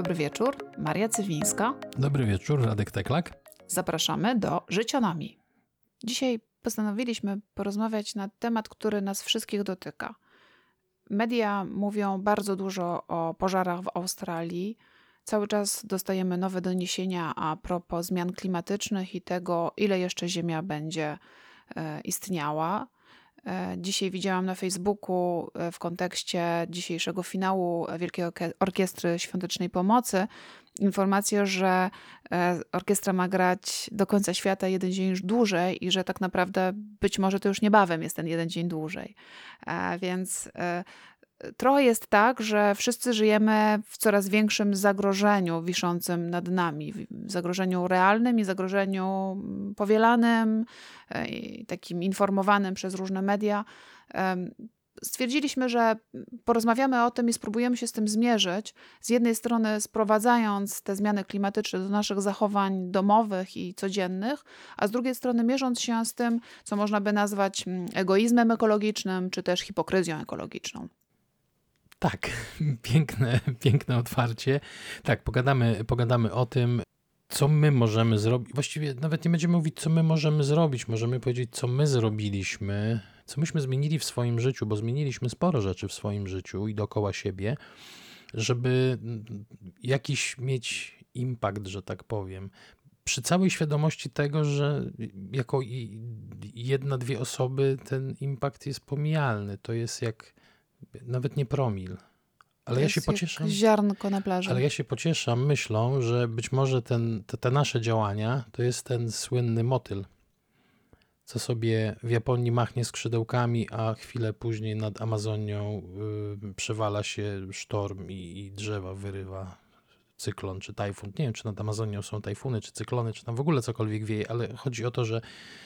dobry wieczór, Maria Cywińska. Dobry wieczór, Radek Teklak. Zapraszamy do Życionami. Dzisiaj postanowiliśmy porozmawiać na temat, który nas wszystkich dotyka. Media mówią bardzo dużo o pożarach w Australii. Cały czas dostajemy nowe doniesienia a propos zmian klimatycznych i tego, ile jeszcze Ziemia będzie istniała. Dzisiaj widziałam na Facebooku w kontekście dzisiejszego finału Wielkiej Orkiestry Świątecznej Pomocy informację, że orkiestra ma grać do końca świata jeden dzień już dłużej i że tak naprawdę być może to już niebawem jest ten jeden dzień dłużej. Więc trochę jest tak, że wszyscy żyjemy w coraz większym zagrożeniu wiszącym nad nami. Zagrożeniu realnym i zagrożeniu powielanym, i takim informowanym przez różne media. Stwierdziliśmy, że porozmawiamy o tym i spróbujemy się z tym zmierzyć. Z jednej strony sprowadzając te zmiany klimatyczne do naszych zachowań domowych i codziennych, a z drugiej strony mierząc się z tym, co można by nazwać egoizmem ekologicznym, czy też hipokryzją ekologiczną. Tak, piękne otwarcie. Tak, pogadamy o tym, co my możemy zrobić. Właściwie nawet nie będziemy mówić, co my możemy zrobić. Możemy powiedzieć, co my zrobiliśmy, co myśmy zmienili w swoim życiu, bo zmieniliśmy sporo rzeczy w swoim życiu i dookoła siebie, żeby jakiś mieć impact, że tak powiem. Przy całej świadomości tego, że jako jedna, dwie osoby ten impact jest pomijalny. To jest jak nawet nie promil. Ale ja się pocieszam. Ziarnko na plaży. Ale ja się pocieszam myślą, że być może te nasze działania to jest ten słynny motyl, co sobie w Japonii machnie skrzydełkami, a chwilę później nad Amazonią przewala się sztorm i drzewa wyrywa cyklon czy tajfun. Nie wiem, czy nad Amazonią są tajfuny, czy cyklony, czy tam w ogóle cokolwiek wieje, ale chodzi o to, że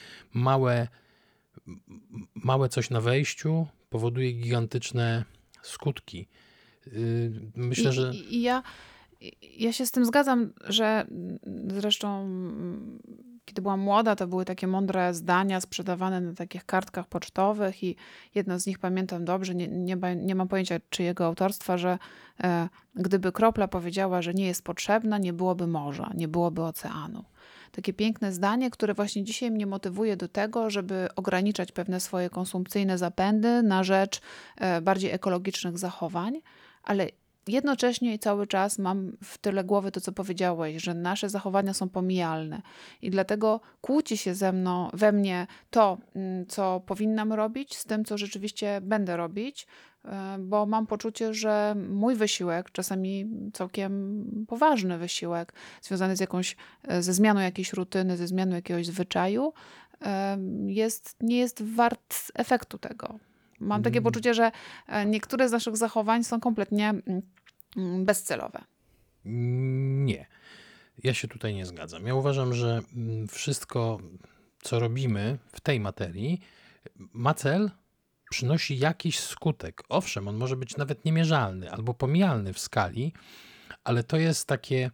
małe coś na wejściu powoduje gigantyczne skutki. Myślę, że... Ja się z tym zgadzam, że zresztą kiedy byłam młoda, to były takie mądre zdania sprzedawane na takich kartkach pocztowych i jedno z nich pamiętam dobrze, nie mam pojęcia czyjego autorstwa, że gdyby kropla powiedziała, że nie jest potrzebna, nie byłoby morza, nie byłoby oceanu. Takie piękne zdanie, które właśnie dzisiaj mnie motywuje do tego, żeby ograniczać pewne swoje konsumpcyjne zapędy na rzecz bardziej ekologicznych zachowań, ale jednocześnie i cały czas mam w tyle głowy to, co powiedziałeś, że nasze zachowania są pomijalne i dlatego kłóci się we mnie to, co powinnam robić z tym, co rzeczywiście będę robić, bo mam poczucie, że mój wysiłek, czasami całkiem poważny wysiłek, związany ze zmianą jakiejś rutyny, ze zmianą jakiegoś zwyczaju, nie jest wart efektu tego. Mam takie poczucie, że niektóre z naszych zachowań są kompletnie bezcelowe. Nie. Ja się tutaj nie zgadzam. Ja uważam, że wszystko, co robimy w tej materii, ma cel, przynosi jakiś skutek. Owszem, on może być nawet niemierzalny albo pomijalny w skali, ale to jest takie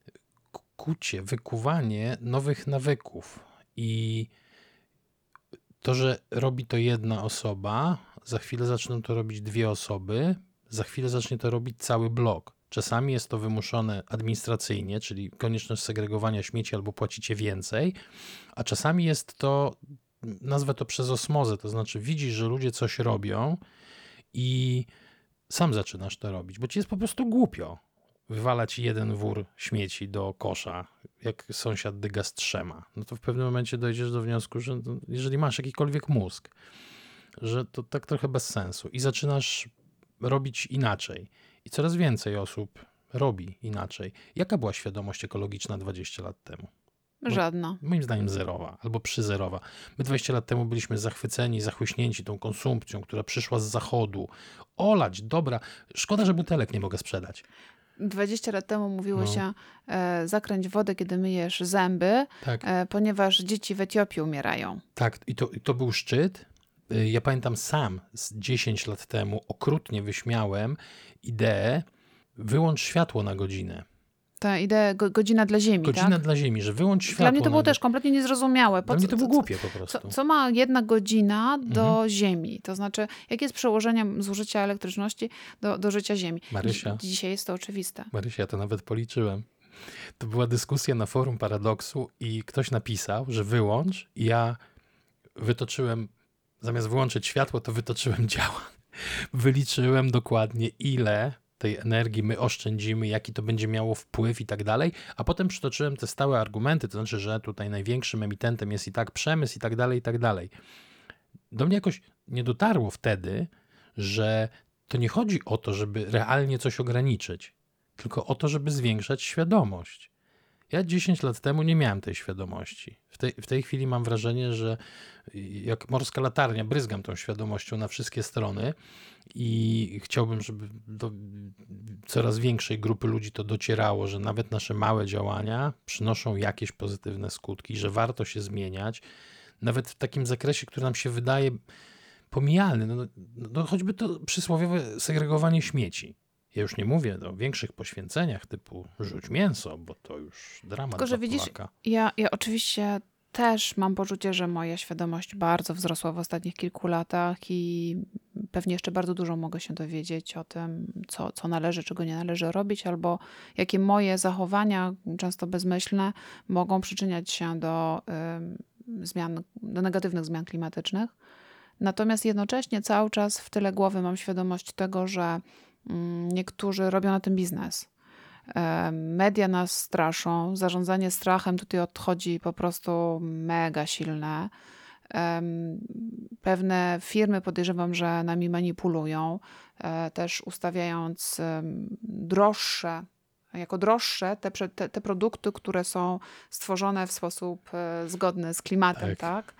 wykuwanie nowych nawyków. I to, że robi to jedna osoba, za chwilę zaczną to robić dwie osoby, za chwilę zacznie to robić cały blok. Czasami jest to wymuszone administracyjnie, czyli konieczność segregowania śmieci albo płacicie więcej, a czasami jest to, nazwę to przez osmozę, to znaczy widzisz, że ludzie coś robią i sam zaczynasz to robić, bo ci jest po prostu głupio wywalać jeden wór śmieci do kosza, jak sąsiad dyga strzema. No to w pewnym momencie dojdziesz do wniosku, że jeżeli masz jakikolwiek mózg, że to tak trochę bez sensu i zaczynasz robić inaczej. I coraz więcej osób robi inaczej. Jaka była świadomość ekologiczna 20 lat temu? Żadna. Moim zdaniem zerowa albo przyzerowa. My 20 lat temu byliśmy zachwyceni, zachłyśnięci tą konsumpcją, która przyszła z zachodu. Olać, dobra, szkoda, że butelek nie mogę sprzedać. 20 lat temu mówiło się zakręć wodę, kiedy myjesz zęby, tak. Ponieważ dzieci w Etiopii umierają. Tak, i to był szczyt. Ja pamiętam sam z 10 lat temu okrutnie wyśmiałem ideę wyłącz światło na godzinę. Ta idea godzina dla Ziemi, Godzina tak? dla Ziemi, że wyłącz światło. Dla mnie to było też kompletnie niezrozumiałe. Dla mnie to było głupie po prostu. Co ma 1 godzina do Ziemi? To znaczy, jakie jest przełożenie zużycia elektryczności do życia Ziemi? Marysia. Dzisiaj jest to oczywiste. Marysia, ja to nawet policzyłem. To była dyskusja na forum Paradoksu i ktoś napisał, że wyłącz, i ja wytoczyłem, zamiast wyłączyć światło, to wytoczyłem działa. Wyliczyłem dokładnie, ile tej energii my oszczędzimy, jaki to będzie miało wpływ i tak dalej, a potem przytoczyłem te stałe argumenty, to znaczy, że tutaj największym emitentem jest i tak przemysł i tak dalej, i tak dalej. Do mnie jakoś nie dotarło wtedy, że to nie chodzi o to, żeby realnie coś ograniczyć, tylko o to, żeby zwiększać świadomość. Ja 10 lat temu nie miałem tej świadomości. W tej chwili mam wrażenie, że jak morska latarnia bryzgam tą świadomością na wszystkie strony i chciałbym, żeby do coraz większej grupy ludzi to docierało, że nawet nasze małe działania przynoszą jakieś pozytywne skutki, że warto się zmieniać, nawet w takim zakresie, który nam się wydaje pomijalny. No choćby to przysłowiowe segregowanie śmieci. Ja już nie mówię o większych poświęceniach typu rzuć mięso, bo to już dramat. Tylko, że widzisz, ja oczywiście też mam poczucie, że moja świadomość bardzo wzrosła w ostatnich kilku latach i pewnie jeszcze bardzo dużo mogę się dowiedzieć o tym, co należy, czego nie należy robić, albo jakie moje zachowania, często bezmyślne, mogą przyczyniać się do negatywnych zmian klimatycznych. Natomiast jednocześnie cały czas w tyle głowy mam świadomość tego, że niektórzy robią na tym biznes. Media nas straszą, zarządzanie strachem tutaj odchodzi po prostu mega silne. Pewne firmy podejrzewam, że nami manipulują, też ustawiając jako droższe te produkty, które są stworzone w sposób zgodny z klimatem, tak?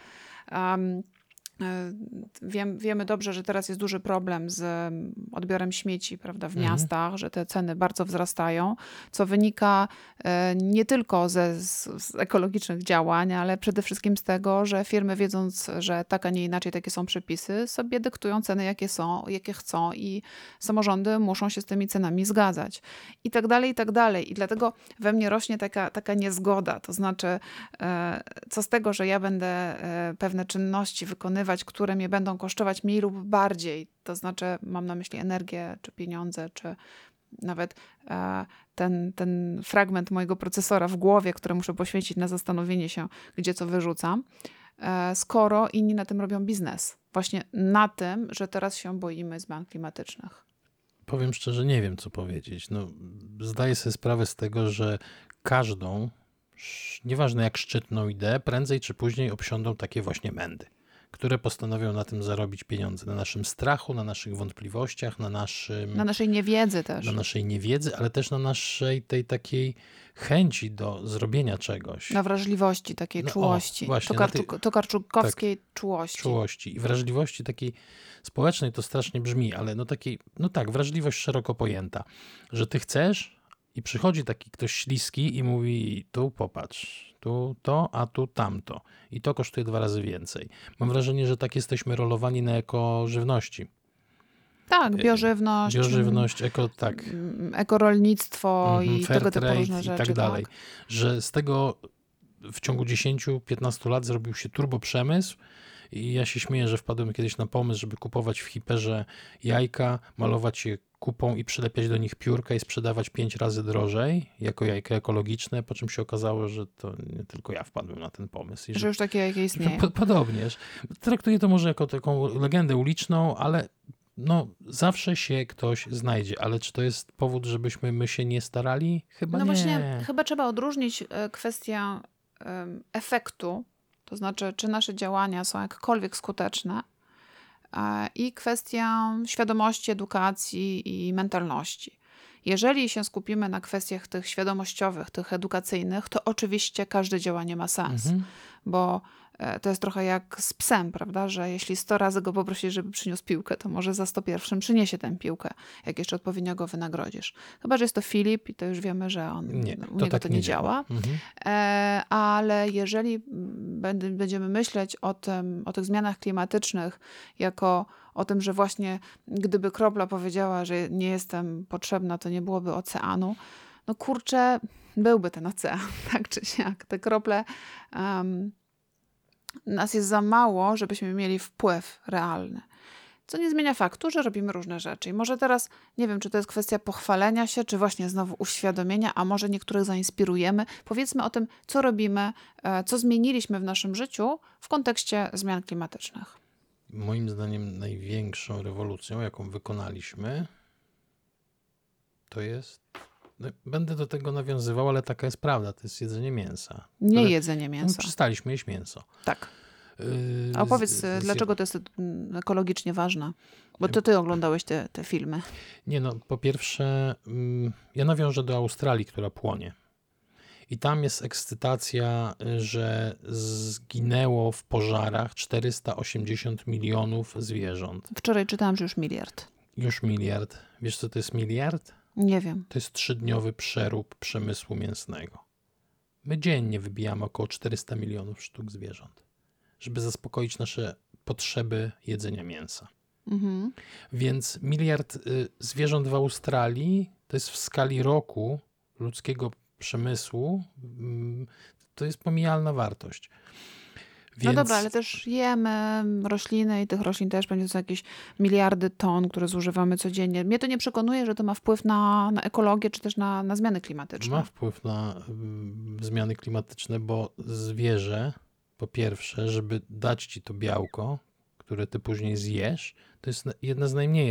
Wiemy dobrze, że teraz jest duży problem z odbiorem śmieci, prawda, w miastach, że te ceny bardzo wzrastają, co wynika nie tylko z ekologicznych działań, ale przede wszystkim z tego, że firmy, wiedząc, że tak, a nie inaczej takie są przepisy, sobie dyktują ceny, jakie chcą, i samorządy muszą się z tymi cenami zgadzać. I tak dalej, i tak dalej. I dlatego we mnie rośnie taka niezgoda. To znaczy, co z tego, że ja będę pewne czynności wykonywać, które mnie będą kosztować mniej lub bardziej. To znaczy, mam na myśli energię, czy pieniądze, czy nawet ten fragment mojego procesora w głowie, który muszę poświęcić na zastanowienie się, gdzie co wyrzucam, skoro inni na tym robią biznes. Właśnie na tym, że teraz się boimy zmian klimatycznych. Powiem szczerze, nie wiem, co powiedzieć. Zdaję sobie sprawę z tego, że każdą, nieważne jak szczytną ideę, prędzej czy później obsiądą takie właśnie mędy, które postanowią na tym zarobić pieniądze. Na naszym strachu, na naszych wątpliwościach, na naszej niewiedzy też. Na naszej niewiedzy, ale też na naszej tej takiej chęci do zrobienia czegoś. Na wrażliwości, takiej czułości. Właśnie, Tokarczukowskiej czułości. Czułości i wrażliwości takiej społecznej, to strasznie brzmi, ale wrażliwość szeroko pojęta, że ty chcesz i przychodzi taki ktoś śliski i mówi: tu popatrz, tu to, a tu tamto. I to kosztuje 2 razy więcej. Mam wrażenie, że tak jesteśmy rolowani na ekożywności. Tak, biożywność, ekorolnictwo i tego typu różne rzeczy. I tak dalej. Że z tego w ciągu 10-15 lat zrobił się turboprzemysł i ja się śmieję, że wpadłem kiedyś na pomysł, żeby kupować w Hiperze jajka, malować je kupą i przylepiać do nich piórka i sprzedawać 5 razy drożej jako jajka ekologiczne, po czym się okazało, że to nie tylko ja wpadłem na ten pomysł. Że już takie jajka istnieją. Podobnież. Traktuję to może jako taką legendę uliczną, ale zawsze się ktoś znajdzie. Ale czy to jest powód, żebyśmy my się nie starali? Chyba nie. Właśnie, chyba trzeba odróżnić kwestię efektu, to znaczy, czy nasze działania są jakkolwiek skuteczne, i kwestię świadomości, edukacji i mentalności. Jeżeli się skupimy na kwestiach tych świadomościowych, tych edukacyjnych, to oczywiście każde działanie ma sens, bo to jest trochę jak z psem, prawda, że jeśli 100 razy go poprosisz, żeby przyniósł piłkę, to może za 101 przyniesie tę piłkę, jak jeszcze odpowiednio go wynagrodzisz. Chyba że jest to Filip i to już wiemy, że u niego to nie działa. Ale jeżeli będziemy myśleć o tych zmianach klimatycznych jako o tym, że właśnie gdyby kropla powiedziała, że nie jestem potrzebna, to nie byłoby oceanu, no kurczę, byłby ten ocean, tak czy siak. Te krople nas jest za mało, żebyśmy mieli wpływ realny. Co nie zmienia faktu, że robimy różne rzeczy. I może teraz, nie wiem, czy to jest kwestia pochwalenia się, czy właśnie znowu uświadomienia, a może niektórych zainspirujemy. Powiedzmy o tym, co robimy, co zmieniliśmy w naszym życiu w kontekście zmian klimatycznych. Moim zdaniem największą rewolucją, jaką wykonaliśmy, to jest... Będę do tego nawiązywał, ale taka jest prawda, to jest jedzenie mięsa. Nie jedzenie mięsa. Przestaliśmy jeść mięso. Tak. A opowiedz, dlaczego to jest ekologicznie ważne? Bo to ty oglądałeś te filmy. Nie, no po pierwsze, ja nawiążę do Australii, która płonie. I tam jest ekscytacja, że zginęło w pożarach 480 milionów zwierząt. Wczoraj czytałam, że już 1 miliard. Już 1 miliard. Wiesz, co to jest 1 miliard? Nie wiem. To jest 3-dniowy przerób przemysłu mięsnego. My dziennie wybijamy około 400 milionów sztuk zwierząt, żeby zaspokoić nasze potrzeby jedzenia mięsa. Mhm. Więc 1 miliard zwierząt w Australii to jest w skali roku ludzkiego przemysłu, to jest pomijalna wartość. Więc... No dobra, ale też jemy rośliny i tych roślin też będzie to jakieś miliardy ton, które zużywamy codziennie. Mnie to nie przekonuje, że to ma wpływ na ekologię czy też na zmiany klimatyczne. Ma wpływ na zmiany klimatyczne, bo zwierzę, po pierwsze, żeby dać ci to białko, które ty później zjesz, to jest jeden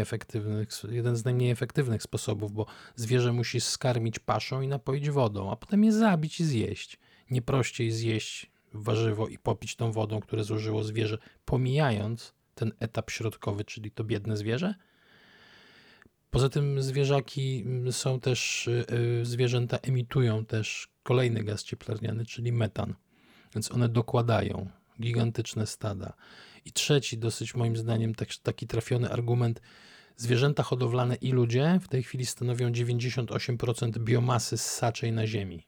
z najmniej efektywnych sposobów, bo zwierzę musisz skarmić paszą i napoić wodą, a potem je zabić i zjeść. Nie prościej zjeść warzywo i popić tą wodą, które zużyło zwierzę, pomijając ten etap środkowy, czyli to biedne zwierzę. Poza tym zwierzaki są też, zwierzęta emitują też kolejny gaz cieplarniany, czyli metan, więc one dokładają gigantyczne stada. I trzeci, dosyć moim zdaniem taki trafiony argument, zwierzęta hodowlane i ludzie w tej chwili stanowią 98% biomasy ssaczej na ziemi.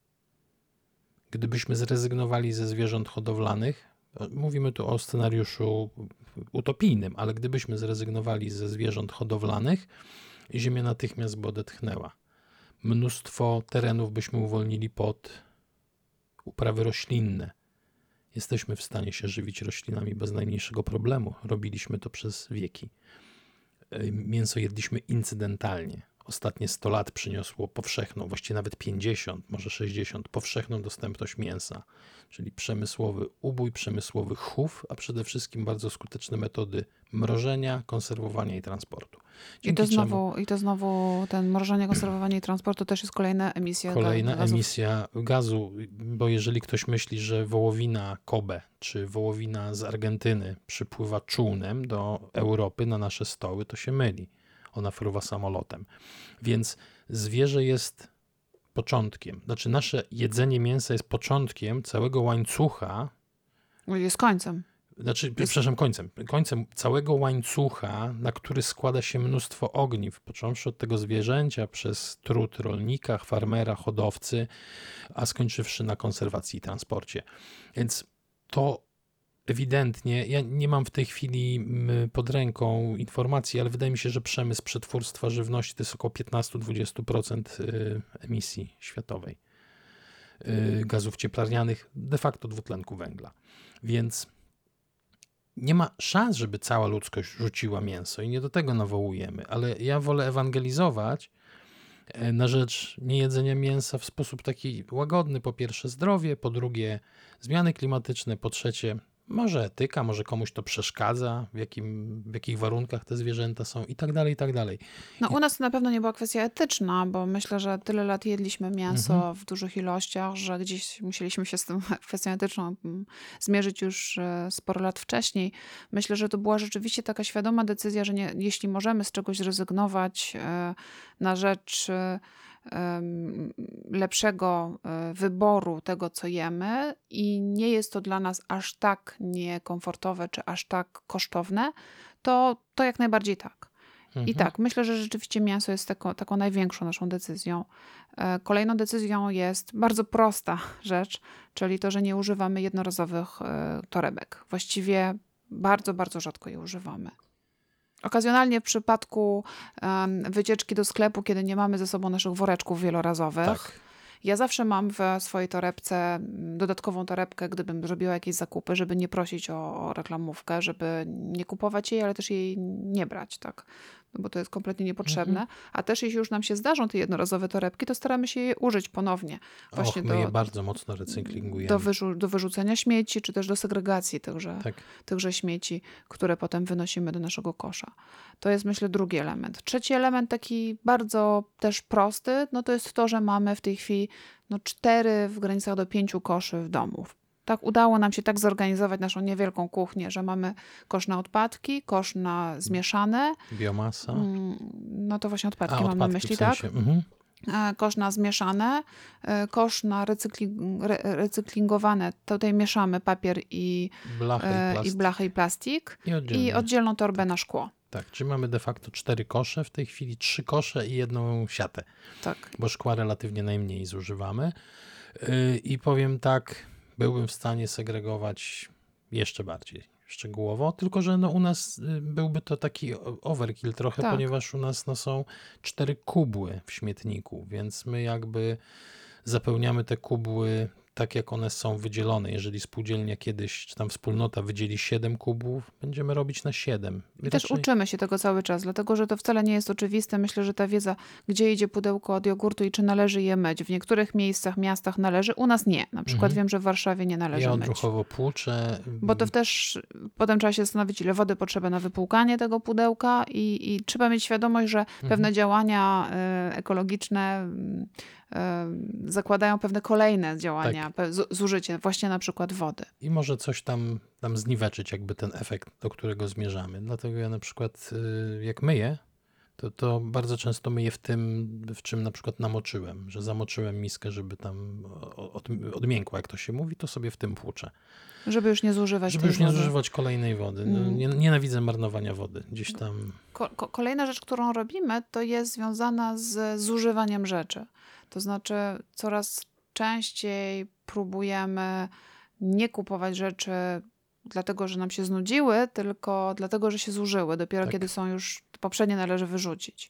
Gdybyśmy zrezygnowali ze zwierząt hodowlanych, mówimy tu o scenariuszu utopijnym, ale gdybyśmy zrezygnowali ze zwierząt hodowlanych, ziemia natychmiast by odetchnęła. Mnóstwo terenów byśmy uwolnili pod uprawy roślinne. Jesteśmy w stanie się żywić roślinami bez najmniejszego problemu. Robiliśmy to przez wieki. Mięso jedliśmy incydentalnie. Ostatnie 100 lat przyniosło powszechną, właściwie nawet 50, może 60, powszechną dostępność mięsa, czyli przemysłowy ubój, przemysłowy chów, a przede wszystkim bardzo skuteczne metody mrożenia, konserwowania i transportu. I to znowu ten mrożenie, konserwowanie i transportu też jest kolejna emisja emisja gazu, bo jeżeli ktoś myśli, że wołowina Kobe czy wołowina z Argentyny przypływa czółnem do Europy na nasze stoły, to się myli. Ona fruwa samolotem. Więc zwierzę jest początkiem. Znaczy nasze jedzenie mięsa jest początkiem całego łańcucha. Jest końcem. Przepraszam, końcem całego łańcucha, na który składa się mnóstwo ogniw, począwszy od tego zwierzęcia, przez trud rolnika, farmera, hodowcy, a skończywszy na konserwacji i transporcie. Więc to ewidentnie, ja nie mam w tej chwili pod ręką informacji, ale wydaje mi się, że przemysł przetwórstwa żywności to jest około 15-20% emisji światowej gazów cieplarnianych, de facto dwutlenku węgla. Więc nie ma szans, żeby cała ludzkość rzuciła mięso i nie do tego nawołujemy, ale ja wolę ewangelizować na rzecz niejedzenia mięsa w sposób taki łagodny. Po pierwsze zdrowie, po drugie zmiany klimatyczne, po trzecie może etyka, może komuś to przeszkadza, w jakich warunkach te zwierzęta są i tak dalej, i tak dalej. No u nas to na pewno nie była kwestia etyczna, bo myślę, że tyle lat jedliśmy mięso w dużych ilościach, że gdzieś musieliśmy się z tym kwestią etyczną zmierzyć już sporo lat wcześniej. Myślę, że to była rzeczywiście taka świadoma decyzja, że jeśli możemy z czegoś zrezygnować na rzecz lepszego wyboru tego, co jemy i nie jest to dla nas aż tak niekomfortowe, czy aż tak kosztowne, to jak najbardziej tak. I tak, myślę, że rzeczywiście mięso jest taką największą naszą decyzją. Kolejną decyzją jest bardzo prosta rzecz, czyli to, że nie używamy jednorazowych torebek. Właściwie bardzo, bardzo rzadko je używamy. Okazjonalnie w przypadku wycieczki do sklepu, kiedy nie mamy ze sobą naszych woreczków wielorazowych. Tak. Ja zawsze mam w swojej torebce dodatkową torebkę, gdybym robiła jakieś zakupy, żeby nie prosić o reklamówkę, żeby nie kupować jej, ale też jej nie brać, tak? No bo to jest kompletnie niepotrzebne. A też jeśli już nam się zdarzą te jednorazowe torebki, to staramy się je użyć ponownie. Właśnie My je bardzo mocno recyklingujemy. do wyrzucenia śmieci, czy też do segregacji Tak. tychże śmieci, które potem wynosimy do naszego kosza. To jest, myślę, drugi element. Trzeci element, taki bardzo też prosty, no to jest to, że mamy w tej chwili 4 w granicach do 5 koszy w domu. Tak udało nam się tak zorganizować naszą niewielką kuchnię, że mamy kosz na odpadki, kosz na zmieszane. Biomasa. No to właśnie odpadki mam na myśli, w sensie. tak? Kosz na zmieszane, kosz na recyklingowane. Tutaj mieszamy papier i blachę i plastik. I oddzielną torbę na szkło. Tak, czyli mamy de facto 4 kosze, w tej chwili 3 kosze i jedną siatę. Tak. Bo szkła relatywnie najmniej zużywamy. I powiem tak, byłbym w stanie segregować jeszcze bardziej szczegółowo, tylko że u nas byłby to taki overkill trochę, ponieważ u nas są 4 kubły w śmietniku, więc my jakby zapełniamy te kubły tak, jak one są wydzielone. Jeżeli spółdzielnia kiedyś, czy tam wspólnota wydzieli 7 kubów, będziemy robić na 7. I też uczymy się tego cały czas, dlatego że to wcale nie jest oczywiste. Myślę, że ta wiedza, gdzie idzie pudełko od jogurtu i czy należy je myć. W niektórych miejscach, miastach należy, u nas nie. Na przykład wiem, że w Warszawie nie należy myć. Ja odruchowo płuczę. Bo to też potem trzeba się zastanowić, ile wody potrzeba na wypłukanie tego pudełka i trzeba mieć świadomość, że pewne działania ekologiczne zakładają pewne kolejne działania, zużycie właśnie na przykład wody. I może coś tam zniweczyć jakby ten efekt, do którego zmierzamy. Dlatego ja na przykład jak myję, to bardzo często myję w tym, w czym na przykład namoczyłem, że zamoczyłem miskę, żeby tam odmiękła, jak to się mówi, to sobie w tym płuczę. Żeby już nie zużywać Żeby już nie zużywać kolejnej wody. Nienawidzę marnowania wody. Gdzieś tam... Kolejna rzecz, którą robimy, to jest związana z zużywaniem rzeczy. To znaczy coraz częściej próbujemy nie kupować rzeczy dlatego, że nam się znudziły, tylko dlatego, że się zużyły. Dopiero kiedy są już poprzednie, należy wyrzucić.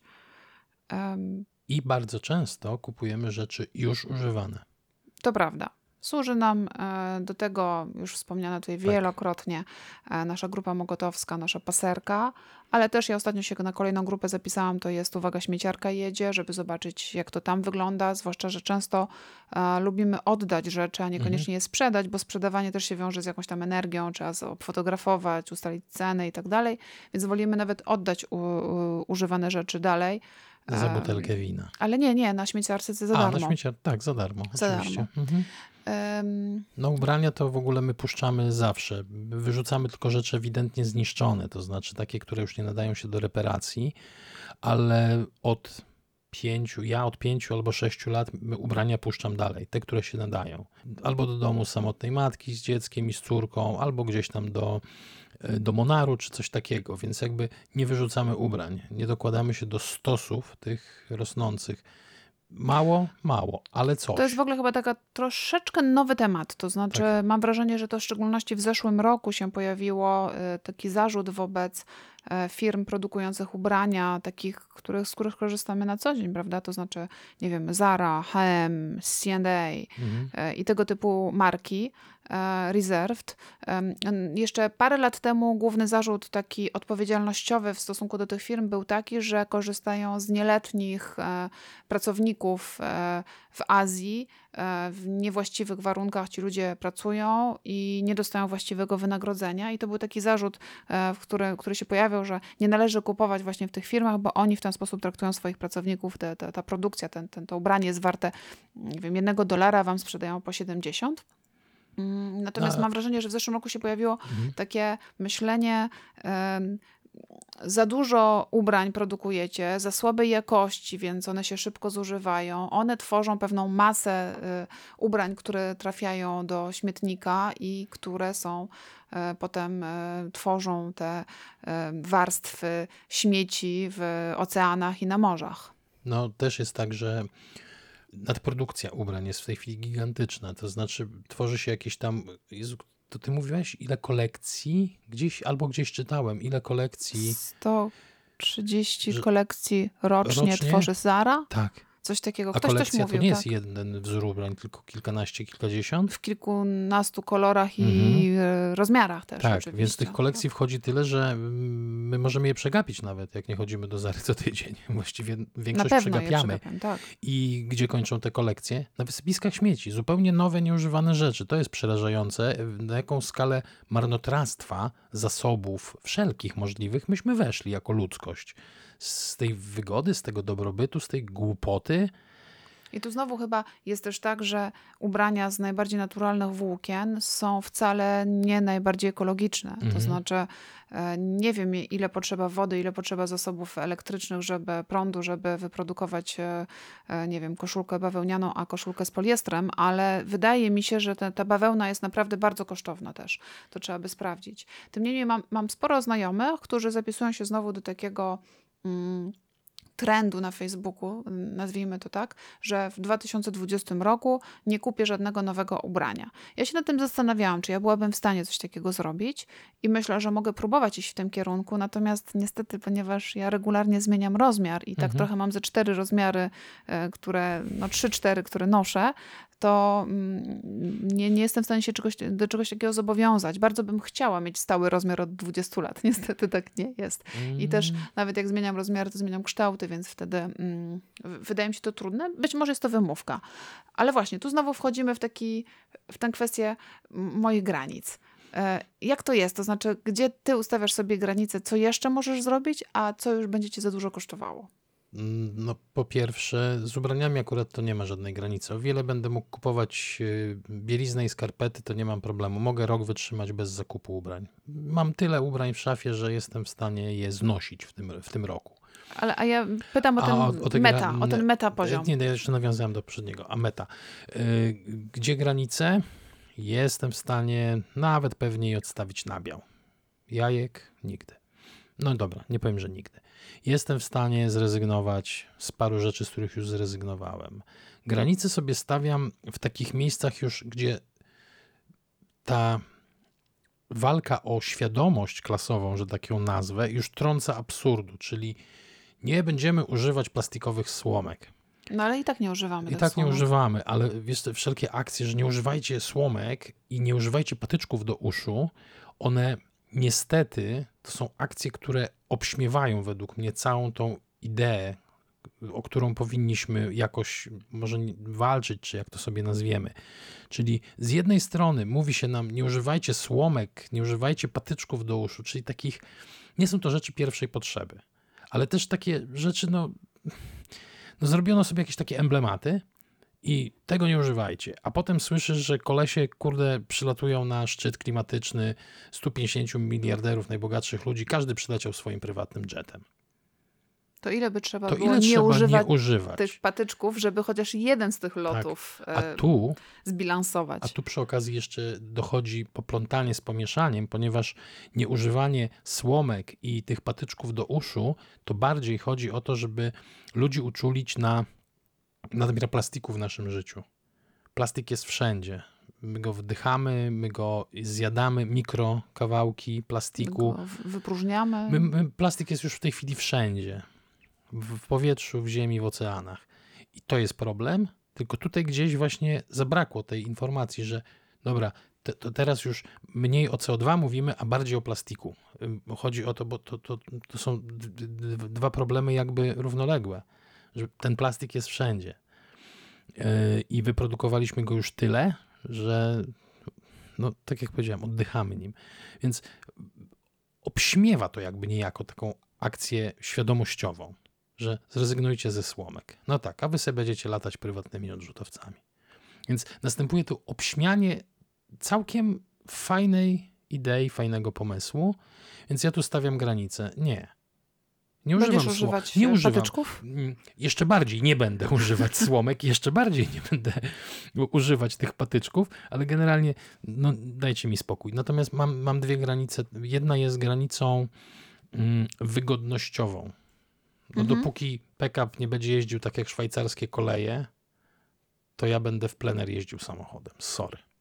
I bardzo często kupujemy rzeczy już używane. To prawda. Służy nam do tego, już wspomniana tutaj wielokrotnie, nasza grupa mogotowska, nasza paserka, ale też ja ostatnio się na kolejną grupę zapisałam, to jest Uwaga, śmieciarka jedzie, żeby zobaczyć, jak to tam wygląda, zwłaszcza, że często lubimy oddać rzeczy, a niekoniecznie je sprzedać, bo sprzedawanie też się wiąże z jakąś tam energią, trzeba obfotografować, ustalić cenę i tak dalej, więc wolimy nawet oddać używane rzeczy dalej. Za butelkę wina. Ale nie, na śmieciarce za darmo. Na śmieciarce, tak, za darmo. Za oczywiście. darmo. No ubrania to w ogóle my puszczamy zawsze. Wyrzucamy tylko rzeczy ewidentnie zniszczone, to znaczy takie, które już nie nadają się do reparacji, ale od 5 albo 6 lat ubrania puszczam dalej, te, które się nadają. Albo do domu samotnej matki z dzieckiem i z córką, albo gdzieś tam do Monaru czy coś takiego, więc jakby nie wyrzucamy ubrań, nie dokładamy się do stosów tych rosnących. Mało, ale coś. To jest w ogóle chyba taka troszeczkę nowy temat. To znaczy mam wrażenie, że to w szczególności w zeszłym roku się pojawiło taki zarzut wobec firm produkujących ubrania, takich, z których korzystamy na co dzień, prawda? To znaczy, nie wiem, Zara, H&M, C&A i tego typu marki, Reserved. Jeszcze parę lat temu główny zarzut taki odpowiedzialnościowy w stosunku do tych firm był taki, że korzystają z nieletnich pracowników w Azji, w niewłaściwych warunkach ci ludzie pracują i nie dostają właściwego wynagrodzenia. I to był taki zarzut, który się pojawiał, że nie należy kupować właśnie w tych firmach, bo oni w ten sposób traktują swoich pracowników. Ta produkcja, to ubranie jest warte, nie wiem, $1 wam sprzedają po 70. Natomiast mam wrażenie, że w zeszłym roku się pojawiło takie myślenie, za dużo ubrań produkujecie, za słabej jakości, więc one się szybko zużywają. One tworzą pewną masę ubrań, które trafiają do śmietnika i które są potem tworzą te warstwy śmieci w oceanach i na morzach. No też jest tak, że nadprodukcja ubrań jest w tej chwili gigantyczna, to znaczy tworzy się jakieś tam, to ty mówiłeś, ile kolekcji? Gdzieś czytałem, ile kolekcji 130 kolekcji rocznie tworzy Zara. Tak. Coś takiego. A Ktoś coś kolekcja mówił, to nie jest tak. jeden wzór ubrań, tylko kilkanaście, kilkadziesiąt? W kilkunastu kolorach i rozmiarach też Tak, oczywiście. więc tych kolekcji wchodzi tyle, że my możemy je przegapić nawet, jak nie chodzimy do Zary co tydzień. Właściwie większość Na pewno przegapiamy. tak. I gdzie kończą te kolekcje? Na wysypiskach śmieci. Zupełnie nowe, nieużywane rzeczy. To jest przerażające, na jaką skalę marnotrawstwa, zasobów wszelkich możliwych myśmy weszli jako ludzkość. Z tej wygody, z tego dobrobytu, z tej głupoty. I tu znowu chyba jest też tak, że ubrania z najbardziej naturalnych włókien są wcale nie najbardziej ekologiczne. To znaczy nie wiem, ile potrzeba wody, ile potrzeba zasobów elektrycznych, prądu, żeby wyprodukować, nie wiem, koszulkę bawełnianą, a koszulkę z poliestrem, ale wydaje mi się, że ta bawełna jest naprawdę bardzo kosztowna też. To trzeba by sprawdzić. Tym niemniej mam sporo znajomych, którzy zapisują się znowu do takiego trendu na Facebooku, nazwijmy to tak, że w 2020 roku nie kupię żadnego nowego ubrania. Ja się nad tym zastanawiałam, czy ja byłabym w stanie coś takiego zrobić i myślę, że mogę próbować iść w tym kierunku, natomiast niestety, ponieważ ja regularnie zmieniam rozmiar i tak trochę mam ze 4 rozmiary, które, 3-4, które noszę, to nie jestem w stanie się do czegoś takiego zobowiązać. Bardzo bym chciała mieć stały rozmiar od 20 lat. Niestety tak nie jest. I też nawet jak zmieniam rozmiary, to zmieniam kształty, więc wtedy wydaje mi się to trudne. Być może jest to wymówka. Ale właśnie, tu znowu wchodzimy w tę kwestię moich granic. Jak to jest? To znaczy, gdzie ty ustawiasz sobie granice, co jeszcze możesz zrobić, a co już będzie cię za dużo kosztowało? No, po pierwsze, z ubraniami akurat to nie ma żadnej granicy. O wiele będę mógł kupować bieliznę i skarpety, to nie mam problemu. Mogę rok wytrzymać bez zakupu ubrań. Mam tyle ubrań w szafie, że jestem w stanie je znosić w tym roku. A ja pytam o ten meta poziom. Nie, ja jeszcze nawiązałem do poprzedniego. A meta. Gdzie granice? Jestem w stanie nawet pewniej odstawić nabiał. Jajek? Nigdy. No dobra, nie powiem, że nigdy. Jestem w stanie zrezygnować z paru rzeczy, z których już zrezygnowałem. Granice sobie stawiam w takich miejscach już, gdzie ta walka o świadomość klasową, że tak ją nazwę, już trąca absurdu, czyli nie będziemy używać plastikowych słomek. No ale i tak nie używamy. I tak nie używamy, ale wiesz, te wszelkie akcje, że nie używajcie słomek i nie używajcie patyczków do uszu, one niestety to są akcje, które obśmiewają według mnie całą tą ideę, o którą powinniśmy jakoś może walczyć, czy jak to sobie nazwiemy. Czyli z jednej strony mówi się nam, nie używajcie słomek, nie używajcie patyczków do uszu, czyli takich, nie są to rzeczy pierwszej potrzeby, ale też takie rzeczy, zrobiono sobie jakieś takie emblematy i tego nie używajcie. A potem słyszysz, że kolesie, przylatują na szczyt klimatyczny 150 miliarderów najbogatszych ludzi, każdy przyleciał swoim prywatnym jetem. To ile by trzeba było nie używać tych patyczków, żeby chociaż jeden z tych lotów zbilansować? A tu przy okazji jeszcze dochodzi poplątanie z pomieszaniem, ponieważ nieużywanie słomek i tych patyczków do uszu, to bardziej chodzi o to, żeby ludzi uczulić na nadmiar plastiku w naszym życiu. Plastik jest wszędzie. My go wdychamy, my go zjadamy, mikrokawałki plastiku. Wypróżniamy. Plastik jest już w tej chwili wszędzie. W powietrzu, w ziemi, w oceanach. I to jest problem, tylko tutaj gdzieś właśnie zabrakło tej informacji, że dobra, to teraz już mniej o CO2 mówimy, a bardziej o plastiku. Chodzi o to, bo to są dwa problemy jakby równoległe, że ten plastik jest wszędzie. I wyprodukowaliśmy go już tyle, że tak jak powiedziałem, oddychamy nim. Więc obśmiewa to jakby niejako taką akcję świadomościową, że zrezygnujcie ze słomek. No tak, a wy sobie będziecie latać prywatnymi odrzutowcami. Więc następuje tu obśmianie całkiem fajnej idei, fajnego pomysłu, więc ja tu stawiam granicę. Nie używam używać patyczków? Jeszcze bardziej nie będę używać słomek, jeszcze bardziej nie będę używać tych patyczków, ale generalnie dajcie mi spokój. Natomiast mam dwie granice. Jedna jest granicą wygodnościową. Dopóki PKP nie będzie jeździł tak jak szwajcarskie koleje, to ja będę w plener jeździł samochodem. Sorry.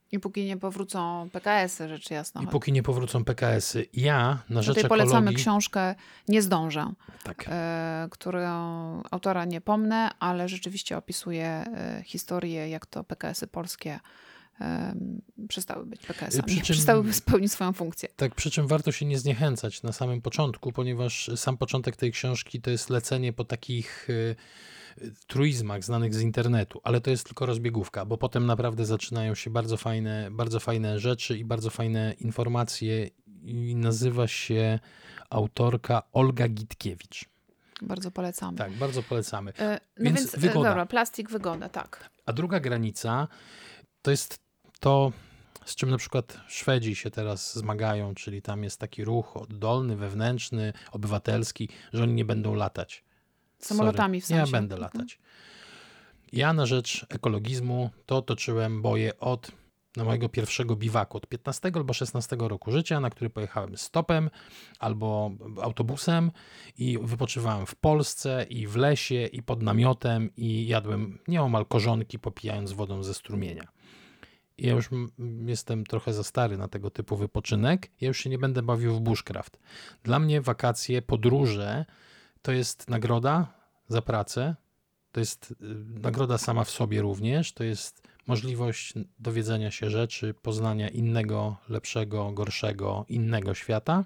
I póki nie powrócą PKS-y, rzecz jasna. I póki nie powrócą PKS-y. Ja na rzecz Tutaj polecamy ekologii... książkę Nie zdążę, Tak. którą autora nie pomnę, ale rzeczywiście opisuje historię, jak to PKS-y polskie przestały być PKS-ami, przestały spełnić swoją funkcję. Tak, przy czym warto się nie zniechęcać na samym początku, ponieważ sam początek tej książki to jest lecenie po takich truizmach znanych z internetu, ale to jest tylko rozbiegówka, bo potem naprawdę zaczynają się bardzo fajne rzeczy i bardzo fajne informacje i nazywa się autorka Olga Gitkiewicz. Bardzo polecamy. Tak, bardzo polecamy. Więc wygoda. Dobra, plastik, wygoda, tak. A druga granica to jest to, z czym na przykład Szwedzi się teraz zmagają, czyli tam jest taki ruch oddolny, wewnętrzny, obywatelski, że oni nie będą latać. Samolotami w sensie. Ja będę latać. Ja na rzecz ekologizmu to toczyłem boje od mojego pierwszego biwaku, od 15 albo 16 roku życia, na który pojechałem stopem albo autobusem i wypoczywałem w Polsce i w lesie i pod namiotem i jadłem nieomal korzonki, popijając wodą ze strumienia. Ja już jestem trochę za stary na tego typu wypoczynek. Ja już się nie będę bawił w bushcraft. Dla mnie wakacje, podróże to jest nagroda za pracę. To jest nagroda sama w sobie również. To jest możliwość dowiedzenia się rzeczy, poznania innego, lepszego, gorszego, innego świata.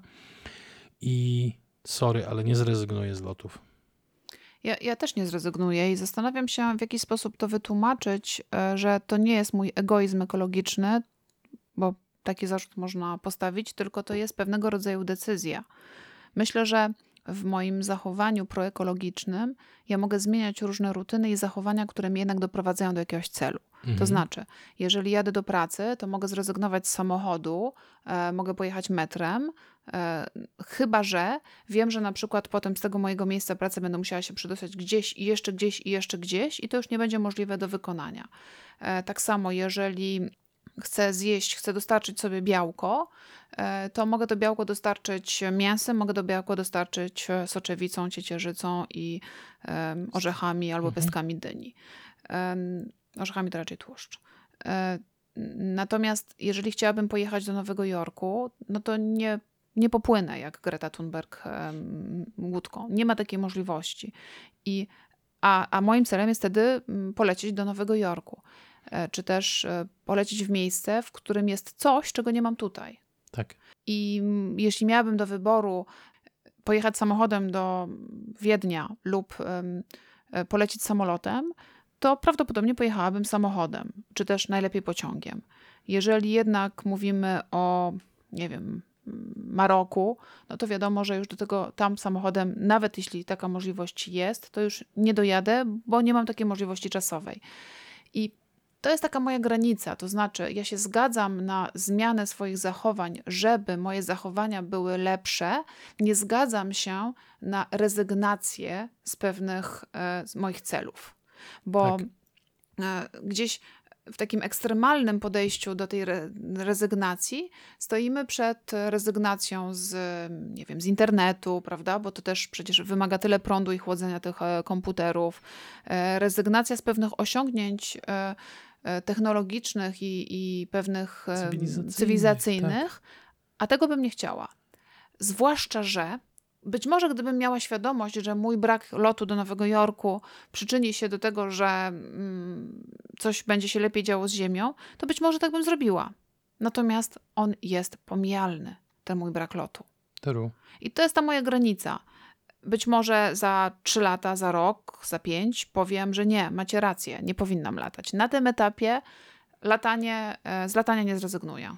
I sorry, ale nie zrezygnuję z lotów. Ja też nie zrezygnuję i zastanawiam się, w jaki sposób to wytłumaczyć, że to nie jest mój egoizm ekologiczny, bo taki zarzut można postawić, tylko to jest pewnego rodzaju decyzja. Myślę, że w moim zachowaniu proekologicznym ja mogę zmieniać różne rutyny i zachowania, które mnie jednak doprowadzają do jakiegoś celu. To znaczy, jeżeli jadę do pracy, to mogę zrezygnować z samochodu, mogę pojechać metrem, chyba że wiem, że na przykład potem z tego mojego miejsca pracy będę musiała się przedostać gdzieś i jeszcze gdzieś i jeszcze gdzieś i to już nie będzie możliwe do wykonania. Tak samo, jeżeli chcę dostarczyć sobie białko, to mogę to białko dostarczyć mięsem, mogę to białko dostarczyć soczewicą, ciecierzycą i orzechami albo pestkami dyni. Orzechami to raczej tłuszcz. Natomiast jeżeli chciałabym pojechać do Nowego Jorku, no to nie popłynę jak Greta Thunberg łódką. Nie ma takiej możliwości. A moim celem jest wtedy polecieć do Nowego Jorku. Czy też polecieć w miejsce, w którym jest coś, czego nie mam tutaj. Tak. I jeśli miałabym do wyboru pojechać samochodem do Wiednia lub polecieć samolotem, to prawdopodobnie pojechałabym samochodem, czy też najlepiej pociągiem. Jeżeli jednak mówimy o, nie wiem, Maroku, no to wiadomo, że już do tego tam samochodem, nawet jeśli taka możliwość jest, to już nie dojadę, bo nie mam takiej możliwości czasowej. I to jest taka moja granica, to znaczy ja się zgadzam na zmianę swoich zachowań, żeby moje zachowania były lepsze. Nie zgadzam się na rezygnację z pewnych z moich celów, bo gdzieś w takim ekstremalnym podejściu do tej rezygnacji stoimy przed rezygnacją nie wiem, z internetu, prawda? Bo to też przecież wymaga tyle prądu i chłodzenia tych komputerów. Rezygnacja z pewnych osiągnięć technologicznych i pewnych cywilizacyjnych, tak. A tego bym nie chciała. Zwłaszcza, że być może gdybym miała świadomość, że mój brak lotu do Nowego Jorku przyczyni się do tego, że coś będzie się lepiej działo z Ziemią, to być może tak bym zrobiła. Natomiast on jest pomijalny, ten mój brak lotu. I to jest ta moja granica. Być może za 3 lata, za rok, za 5 powiem, że nie, macie rację, nie powinnam latać. Na tym etapie z latania nie zrezygnuję.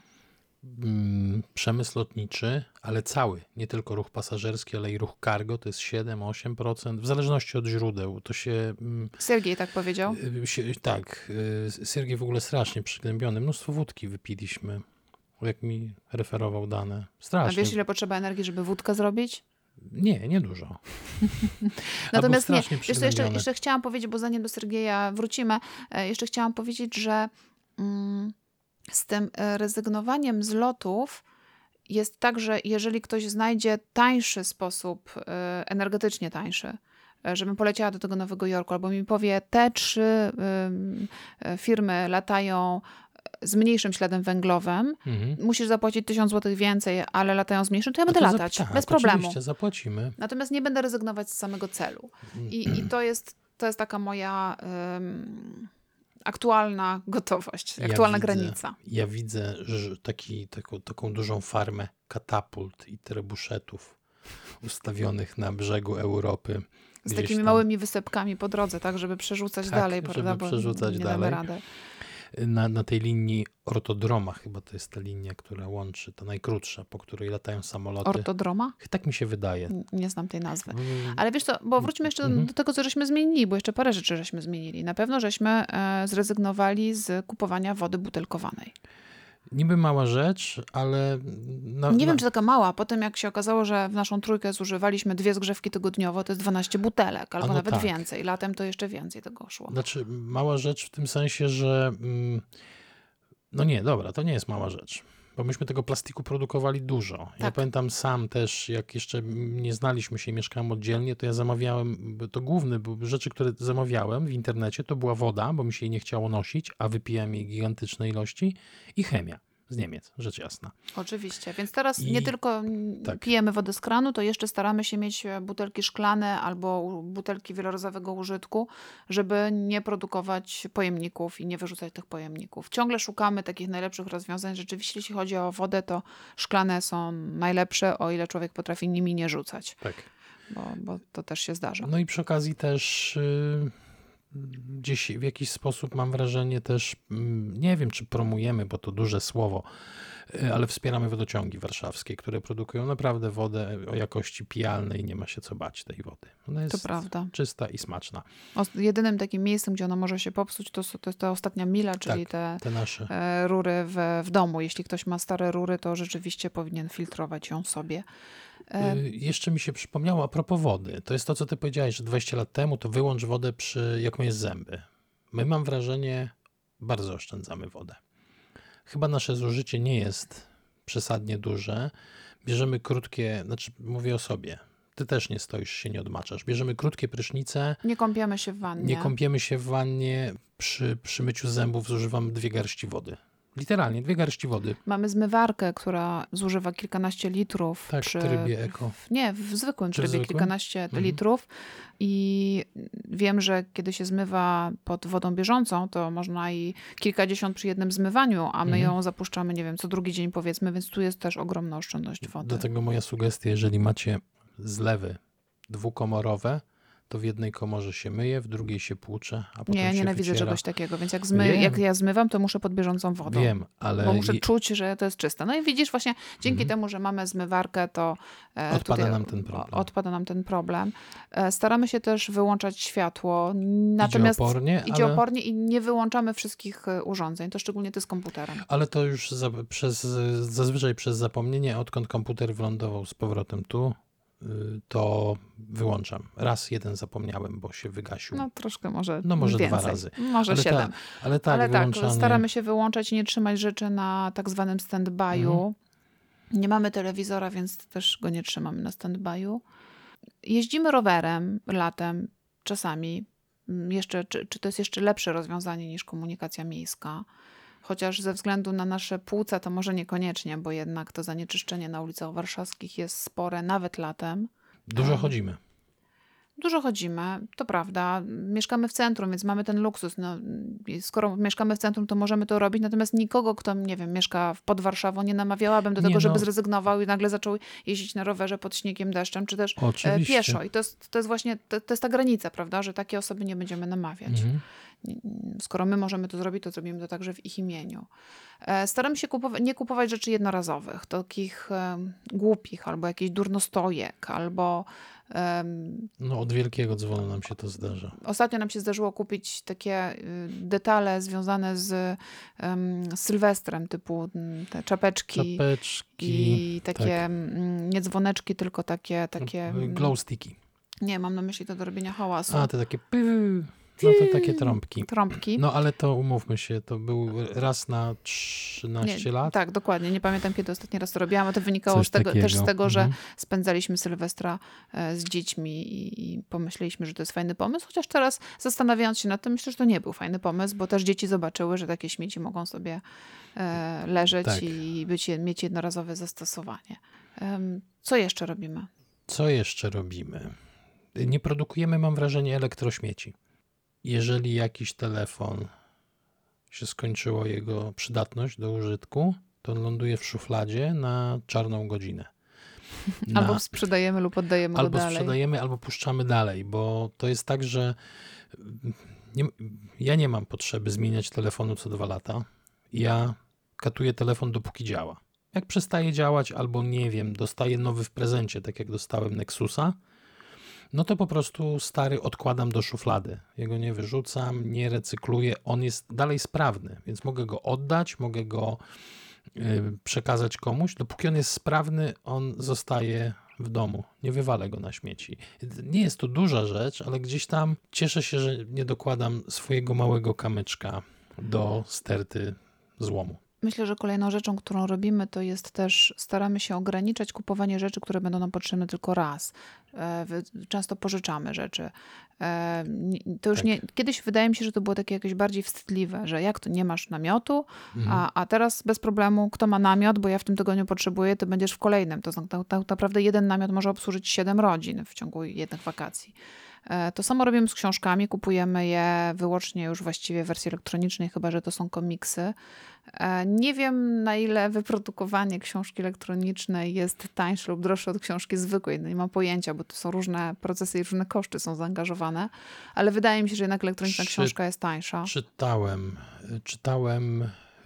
Przemysł lotniczy, ale cały, nie tylko ruch pasażerski, ale i ruch cargo, to jest 7-8%, w zależności od źródeł. To się... Siergiej tak powiedział? Tak, Siergiej w ogóle strasznie przygnębiony. Mnóstwo wódki wypiliśmy, jak mi referował dane. Strasznie. A wiesz, ile potrzeba energii, żeby wódkę zrobić? Nie dużo. Natomiast nie, jeszcze chciałam powiedzieć, bo zanim do Siergieja wrócimy, jeszcze chciałam powiedzieć, że z tym rezygnowaniem z lotów jest tak, że jeżeli ktoś znajdzie tańszy sposób, energetycznie tańszy, żebym poleciała do tego Nowego Jorku, albo mi powie, te 3 firmy latają z mniejszym śladem węglowym, musisz zapłacić 1000 zł więcej, ale latają z mniejszym, to ja będę latać, bez problemu. Oczywiście, zapłacimy. Natomiast nie będę rezygnować z samego celu. I to jest taka moja aktualna gotowość, aktualna granica. Ja widzę że taką dużą farmę katapult i trebuszetów ustawionych na brzegu Europy. Z takimi małymi wysepkami po drodze, tak, żeby przerzucać dalej, prawda? Żeby przerzucać nie dalej. damy rady. Na tej linii Ortodroma, chyba to jest ta linia, która łączy, ta najkrótsza, po której latają samoloty. Ortodroma? Tak mi się wydaje. Nie znam tej nazwy. Ale wiesz co, bo wróćmy jeszcze do tego, co żeśmy zmienili, bo jeszcze parę rzeczy żeśmy zmienili. Na pewno żeśmy zrezygnowali z kupowania wody butelkowanej. Niby mała rzecz, ale... Nie wiem, czy taka mała. Potem jak się okazało, że w naszą trójkę zużywaliśmy 2 zgrzewki tygodniowo, to jest 12 butelek, albo nawet więcej. Latem to jeszcze więcej tego szło. Znaczy mała rzecz w tym sensie, że... No nie, dobra, to nie jest mała rzecz. Bo myśmy tego plastiku produkowali dużo. Tak. Ja pamiętam sam też, jak jeszcze nie znaliśmy się i mieszkałem oddzielnie, to ja zamawiałem, to główne rzeczy, które zamawiałem w internecie, to była woda, bo mi się jej nie chciało nosić, a wypijałem jej gigantyczne ilości i chemia z Niemiec, rzecz jasna. Oczywiście, więc teraz nie tylko pijemy wodę z kranu, to jeszcze staramy się mieć butelki szklane albo butelki wielorazowego użytku, żeby nie produkować pojemników i nie wyrzucać tych pojemników. Ciągle szukamy takich najlepszych rozwiązań. Rzeczywiście, jeśli chodzi o wodę, to szklane są najlepsze, o ile człowiek potrafi nimi nie rzucać. Tak. Bo to też się zdarza. No i przy okazji też... Gdzieś w jakiś sposób mam wrażenie też, nie wiem czy promujemy, bo to duże słowo, ale wspieramy wodociągi warszawskie, które produkują naprawdę wodę o jakości pijalnej, nie ma się co bać tej wody. Ona jest czysta i smaczna. Jedynym takim miejscem, gdzie ona może się popsuć, to jest ta ostatnia mila, czyli te nasze rury w domu. Jeśli ktoś ma stare rury, to rzeczywiście powinien filtrować ją sobie. Jeszcze mi się przypomniało a propos wody. To jest to, co ty powiedziałeś, że 20 lat temu to wyłącz wodę jak myjesz zęby. My, mam wrażenie, bardzo oszczędzamy wodę. Chyba nasze zużycie nie jest przesadnie duże. Bierzemy krótkie, mówię o sobie. Ty też nie stoisz, się nie odmaczasz. Bierzemy krótkie prysznice. Nie kąpiemy się w wannie. Nie kąpiemy się w wannie. Przy myciu zębów zużywam 2 garści wody. Literalnie 2 garści wody. Mamy zmywarkę, która zużywa kilkanaście litrów. Tak, w trybie eko. W zwykłym trybie kilkanaście litrów. I wiem, że kiedy się zmywa pod wodą bieżącą, to można i kilkadziesiąt przy jednym zmywaniu, a my ją zapuszczamy, nie wiem, co drugi dzień powiedzmy, więc tu jest też ogromna oszczędność wody. Dlatego moja sugestia, jeżeli macie zlewy dwukomorowe, to w jednej komorze się myje, w drugiej się płucze, a potem ja nienawidzę czegoś takiego, więc jak ja zmywam, to muszę pod bieżącą wodą. Wiem, ale... Bo muszę czuć, że to jest czyste. No i widzisz, właśnie dzięki temu, że mamy zmywarkę, to odpada nam ten problem. Staramy się też wyłączać światło. Natomiast idzie opornie i nie wyłączamy wszystkich urządzeń, to szczególnie ty z komputerem. Ale to już zazwyczaj przez zapomnienie, odkąd komputer wylądował z powrotem tu, to wyłączam. Raz jeden zapomniałem, bo się wygasił. No troszkę może więcej. 2 razy. Może 7. Ale wyłączanie... staramy się wyłączać i nie trzymać rzeczy na tak zwanym stand-by'u. Nie mamy telewizora, więc też go nie trzymamy na stand-by'u. Jeździmy rowerem latem czasami. Czy to jest jeszcze lepsze rozwiązanie niż komunikacja miejska? Chociaż ze względu na nasze płuca to może niekoniecznie, bo jednak to zanieczyszczenie na ulicach warszawskich jest spore, nawet latem. Dużo chodzimy. Dużo chodzimy, to prawda. Mieszkamy w centrum, więc mamy ten luksus. No, skoro mieszkamy w centrum, to możemy to robić. Natomiast nikogo, kto, nie wiem, mieszka pod Warszawą, nie namawiałabym do tego, żeby zrezygnował i nagle zaczął jeździć na rowerze pod śniegiem, deszczem, czy też pieszo. I to jest właśnie, to jest ta granica, prawda, że takie osoby nie będziemy namawiać. Skoro my możemy to zrobić, to zrobimy to także w ich imieniu. Staram się nie kupować rzeczy jednorazowych, takich głupich, albo jakichś durnostojek, albo... od wielkiego dzwonu nam się to zdarza. Ostatnio nam się zdarzyło kupić takie detale związane z Sylwestrem, typu te czapeczki i takie nie dzwoneczki, tylko takie glow sticky. Nie, mam na myśli to do robienia hałasu. A, te takie... No to takie trąbki. Trąbki. No ale to umówmy się, to był raz na 13 lat. Tak, dokładnie. Nie pamiętam, kiedy ostatni raz to robiłam, a to wynikało Coś też z takiego. tego, że spędzaliśmy Sylwestra z dziećmi i pomyśleliśmy, że to jest fajny pomysł, chociaż teraz zastanawiając się nad tym, myślę, że to nie był fajny pomysł, bo też dzieci zobaczyły, że takie śmieci mogą sobie leżeć Tak. i mieć jednorazowe zastosowanie. Co jeszcze robimy? Co jeszcze robimy? Nie produkujemy, mam wrażenie, elektrośmieci. Jeżeli jakiś telefon się skończyło jego przydatność do użytku, to on ląduje w szufladzie na czarną godzinę. Albo sprzedajemy lub oddajemy go dalej. Albo sprzedajemy, albo puszczamy dalej, bo to jest tak, że ja nie mam potrzeby zmieniać telefonu co 2 lata. Ja katuję telefon, dopóki działa. Jak przestaje działać, albo nie wiem, dostaję nowy w prezencie, tak jak dostałem Nexusa, no to po prostu stary odkładam do szuflady. Jego nie wyrzucam, nie recykluję. On jest dalej sprawny, więc mogę go oddać, mogę go przekazać komuś. Dopóki on jest sprawny, on zostaje w domu. Nie wywalę go na śmieci. Nie jest to duża rzecz, ale gdzieś tam cieszę się, że nie dokładam swojego małego kamyczka do sterty złomu. Myślę, że kolejną rzeczą, którą robimy, to jest też staramy się ograniczać kupowanie rzeczy, które będą nam potrzebne tylko raz. Często pożyczamy rzeczy. To już kiedyś wydaje mi się, że to było takie jakieś bardziej wstydliwe, że jak to nie masz namiotu, a teraz bez problemu kto ma namiot, bo ja w tym tygodniu potrzebuję, to będziesz w kolejnym. To tak naprawdę jeden namiot może obsłużyć 7 rodzin w ciągu jednych wakacji. To samo robimy z książkami, kupujemy je wyłącznie już właściwie w wersji elektronicznej, chyba że to są komiksy. Nie wiem, na ile wyprodukowanie książki elektronicznej jest tańsze lub droższe od książki zwykłej. No nie mam pojęcia, bo to są różne procesy i różne koszty są zaangażowane, ale wydaje mi się, że jednak elektroniczna książka jest tańsza. Czytałem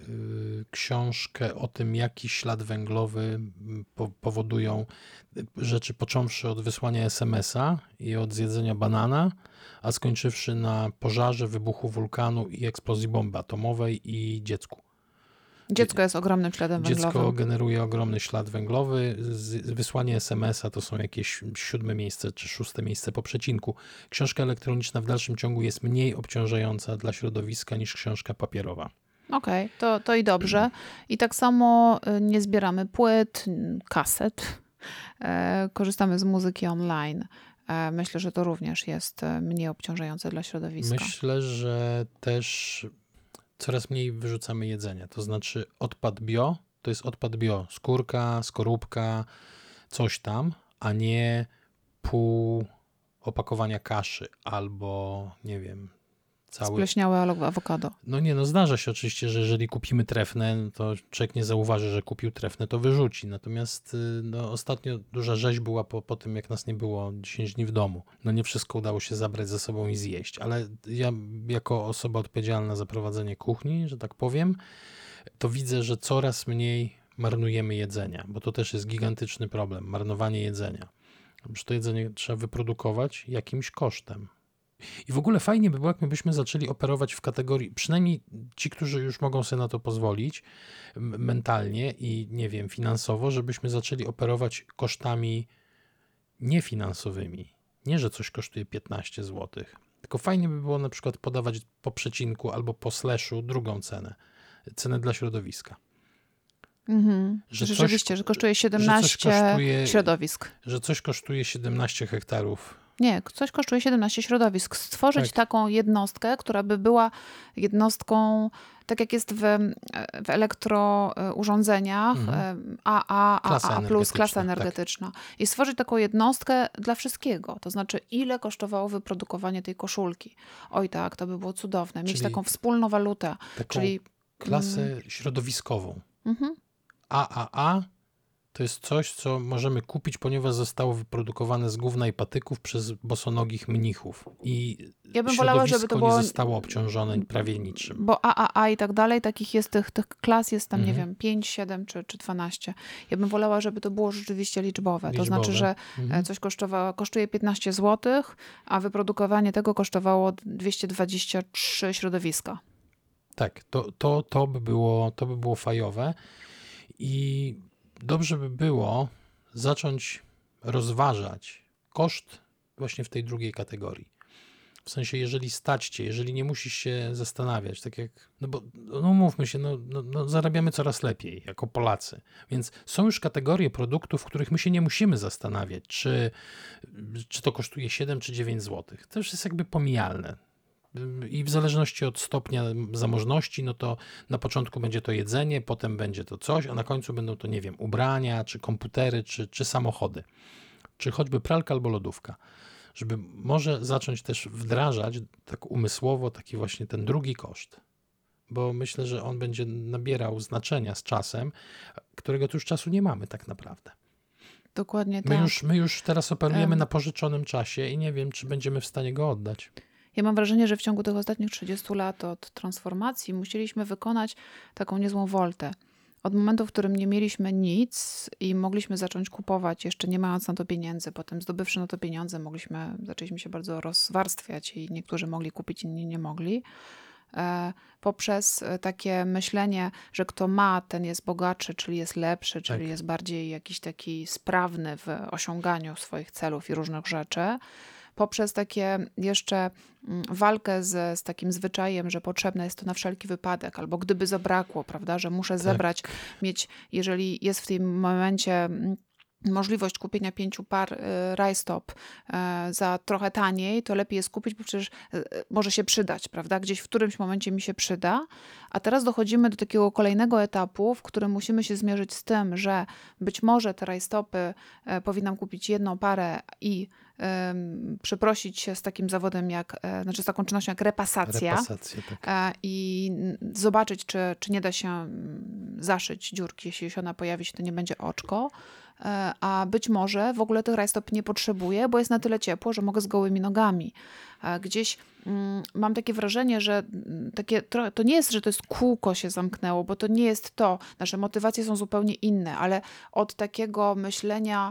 książkę o tym, jaki ślad węglowy powodują rzeczy, począwszy od wysłania SMS-a i od zjedzenia banana, a skończywszy na pożarze, wybuchu wulkanu i eksplozji bomby atomowej i dziecku. Dziecko jest ogromnym śladem węglowym. Dziecko generuje ogromny ślad węglowy. Wysłanie SMS-a to są jakieś 7. miejsce czy 6. miejsce po przecinku. Książka elektroniczna w dalszym ciągu jest mniej obciążająca dla środowiska niż książka papierowa. Okej, to i dobrze. I tak samo nie zbieramy płyt, kaset. Korzystamy z muzyki online. Myślę, że to również jest mniej obciążające dla środowiska. Myślę, że też coraz mniej wyrzucamy jedzenia. To znaczy odpad bio to jest odpad bio. Skórka, skorupka, coś tam, a nie pół opakowania kaszy albo nie wiem, spleśniałe awokado. No zdarza się oczywiście, że jeżeli kupimy trefne, to człowiek nie zauważy, że kupił trefne, to wyrzuci. Natomiast ostatnio duża rzeź była po tym, jak nas nie było 10 dni w domu. Nie wszystko udało się zabrać ze sobą i zjeść, ale ja jako osoba odpowiedzialna za prowadzenie kuchni, że tak powiem, to widzę, że coraz mniej marnujemy jedzenia, bo to też jest gigantyczny problem, marnowanie jedzenia. Że to jedzenie trzeba wyprodukować jakimś kosztem. I w ogóle fajnie by było, jak my byśmy zaczęli operować w kategorii, przynajmniej ci, którzy już mogą sobie na to pozwolić mentalnie i nie wiem, finansowo, żebyśmy zaczęli operować kosztami niefinansowymi. Nie, że coś kosztuje 15 zł, tylko fajnie by było na przykład podawać po przecinku albo po slashu drugą cenę dla środowiska. Rzeczywiście, że kosztuje 17 środowisk. Że coś kosztuje 17 hektarów. Nie, coś kosztuje 17 środowisk. Stworzyć taką jednostkę, która by była jednostką, tak jak jest w elektrourządzeniach, AA+, klasa energetyczna. Tak. I stworzyć taką jednostkę dla wszystkiego. To znaczy, ile kosztowało wyprodukowanie tej koszulki. Oj tak, to by było cudowne. Mieć taką wspólną walutę. Czyli klasę środowiskową. AAA to jest coś, co możemy kupić, ponieważ zostało wyprodukowane z gówna i patyków przez bosonogich mnichów. I ja bym wolała, żeby to było nie zostało obciążone prawie niczym. Bo AAA i tak dalej, takich jest tych klas jest tam, nie wiem, 5, 7 czy 12. Ja bym wolała, żeby to było rzeczywiście liczbowe. To znaczy, że coś kosztuje 15 zł, a wyprodukowanie tego kosztowało 223 środowiska. Tak, to by było fajowe. I dobrze by było zacząć rozważać koszt właśnie w tej drugiej kategorii. W sensie, jeżeli stać cię, jeżeli nie musisz się zastanawiać, tak jak, no bo, no mówmy się, no zarabiamy coraz lepiej jako Polacy. Więc są już kategorie produktów, w których my się nie musimy zastanawiać, czy to kosztuje 7 czy 9 zł. To już jest jakby pomijalne. I w zależności od stopnia zamożności, no to na początku będzie to jedzenie, potem będzie to coś, a na końcu będą to, nie wiem, ubrania, czy komputery, czy samochody, czy choćby pralka albo lodówka. Żeby może zacząć też wdrażać tak umysłowo taki właśnie ten drugi koszt. Bo myślę, że on będzie nabierał znaczenia z czasem, którego tu już czasu nie mamy tak naprawdę. Dokładnie tak. My już teraz operujemy na pożyczonym czasie i nie wiem, czy będziemy w stanie go oddać. Ja mam wrażenie, że w ciągu tych ostatnich 30 lat od transformacji musieliśmy wykonać taką niezłą woltę. Od momentu, w którym nie mieliśmy nic i mogliśmy zacząć kupować, jeszcze nie mając na to pieniędzy, potem zdobywszy na to pieniądze, zaczęliśmy się bardzo rozwarstwiać i niektórzy mogli kupić, inni nie mogli. Poprzez takie myślenie, że kto ma, ten jest bogatszy, czyli jest lepszy, czyli jest bardziej jakiś taki sprawny w osiąganiu swoich celów i różnych rzeczy. Poprzez takie jeszcze walkę z takim zwyczajem, że potrzebne jest to na wszelki wypadek, albo gdyby zabrakło, prawda, że muszę zebrać, mieć, jeżeli jest w tym momencie możliwość kupienia 5 par rajstop za trochę taniej, to lepiej jest kupić, bo przecież może się przydać, prawda? Gdzieś w którymś momencie mi się przyda. A teraz dochodzimy do takiego kolejnego etapu, w którym musimy się zmierzyć z tym, że być może te rajstopy powinnam kupić jedną parę i przeprosić się z takim zawodem z taką czynnością jak repasacja. Tak. I zobaczyć, czy nie da się zaszyć dziurki. Jeśli się ona pojawi, to nie będzie oczko. A być może w ogóle tych rajstop nie potrzebuję, bo jest na tyle ciepło, że mogę z gołymi nogami. Gdzieś mam takie wrażenie, że to nie jest, że to jest kółko się zamknęło, bo to nie jest to. Nasze motywacje są zupełnie inne, ale od takiego myślenia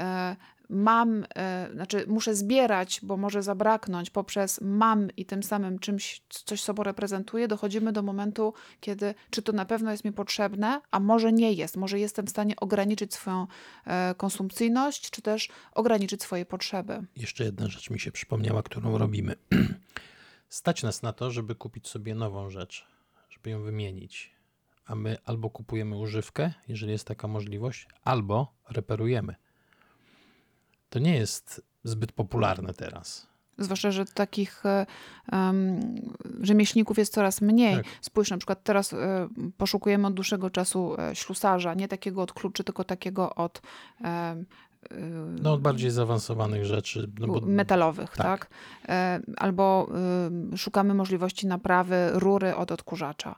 muszę zbierać, bo może zabraknąć, poprzez mam i tym samym coś sobą reprezentuję, dochodzimy do momentu, kiedy czy to na pewno jest mi potrzebne, a może nie jest. Może jestem w stanie ograniczyć swoją konsumpcyjność, czy też ograniczyć swoje potrzeby. Jeszcze jedna rzecz mi się przypomniała, którą robimy. Stać nas na to, żeby kupić sobie nową rzecz, żeby ją wymienić. A my albo kupujemy używkę, jeżeli jest taka możliwość, albo reperujemy. To nie jest zbyt popularne teraz. Zwłaszcza, że takich rzemieślników jest coraz mniej. Tak. Spójrz, na przykład teraz poszukujemy od dłuższego czasu ślusarza, nie takiego od kluczy, tylko takiego od od bardziej zaawansowanych rzeczy. Metalowych, tak? Albo szukamy możliwości naprawy rury od odkurzacza.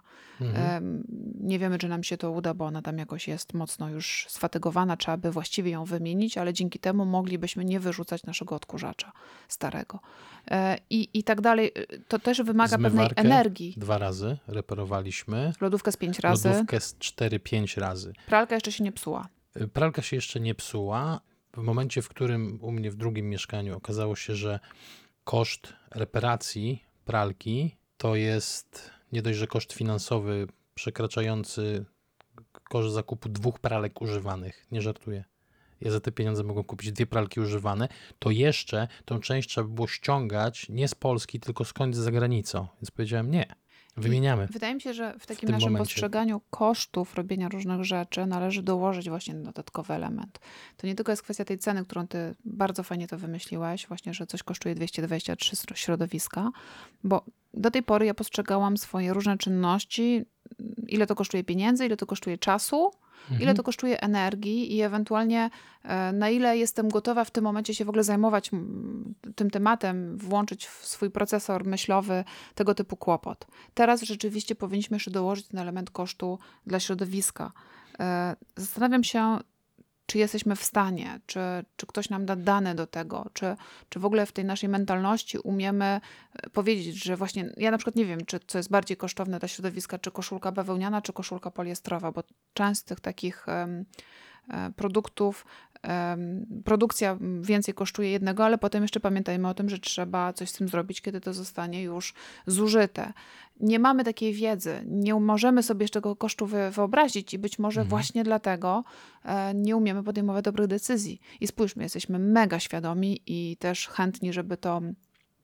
Nie wiemy, czy nam się to uda, bo ona tam jakoś jest mocno już sfatygowana, trzeba by właściwie ją wymienić, ale dzięki temu moglibyśmy nie wyrzucać naszego odkurzacza starego. I tak dalej. To też wymaga pewnej energii. 2 razy reperowaliśmy. Lodówkę z 5 razy. Lodówkę z 4-5 razy. Pralka jeszcze się nie psuła. Pralka się jeszcze nie psuła. W momencie, w którym u mnie w drugim mieszkaniu okazało się, że koszt reparacji pralki to jest nie dość, że koszt finansowy przekraczający koszt zakupu 2 pralek używanych. Nie żartuję. Ja za te pieniądze mogłem kupić 2 pralki używane, to jeszcze tą część trzeba by było ściągać nie z Polski, tylko skądś za granicą. Więc powiedziałem nie. Wymieniamy. Wydaje mi się, że w takim naszym postrzeganiu kosztów robienia różnych rzeczy należy dołożyć właśnie dodatkowy element. To nie tylko jest kwestia tej ceny, którą ty bardzo fajnie to wymyśliłeś, właśnie, że coś kosztuje 223 środowiska, bo do tej pory ja postrzegałam swoje różne czynności, ile to kosztuje pieniędzy, ile to kosztuje czasu, ile to kosztuje energii i ewentualnie na ile jestem gotowa w tym momencie się w ogóle zajmować tym tematem, włączyć w swój procesor myślowy tego typu kłopot. Teraz rzeczywiście powinniśmy jeszcze dołożyć ten element kosztu dla środowiska. Zastanawiam się, czy jesteśmy w stanie, czy ktoś nam da dane do tego, czy w ogóle w tej naszej mentalności umiemy powiedzieć, że właśnie, ja na przykład nie wiem, co jest bardziej kosztowne dla środowiska, czy koszulka bawełniana, czy koszulka poliestrowa, bo część z tych takich produktów, produkcja więcej kosztuje jednego, ale potem jeszcze pamiętajmy o tym, że trzeba coś z tym zrobić, kiedy to zostanie już zużyte. Nie mamy takiej wiedzy, nie możemy sobie tego kosztu wyobrazić i być może właśnie dlatego nie umiemy podejmować dobrych decyzji. I spójrzmy, jesteśmy mega świadomi i też chętni, żeby to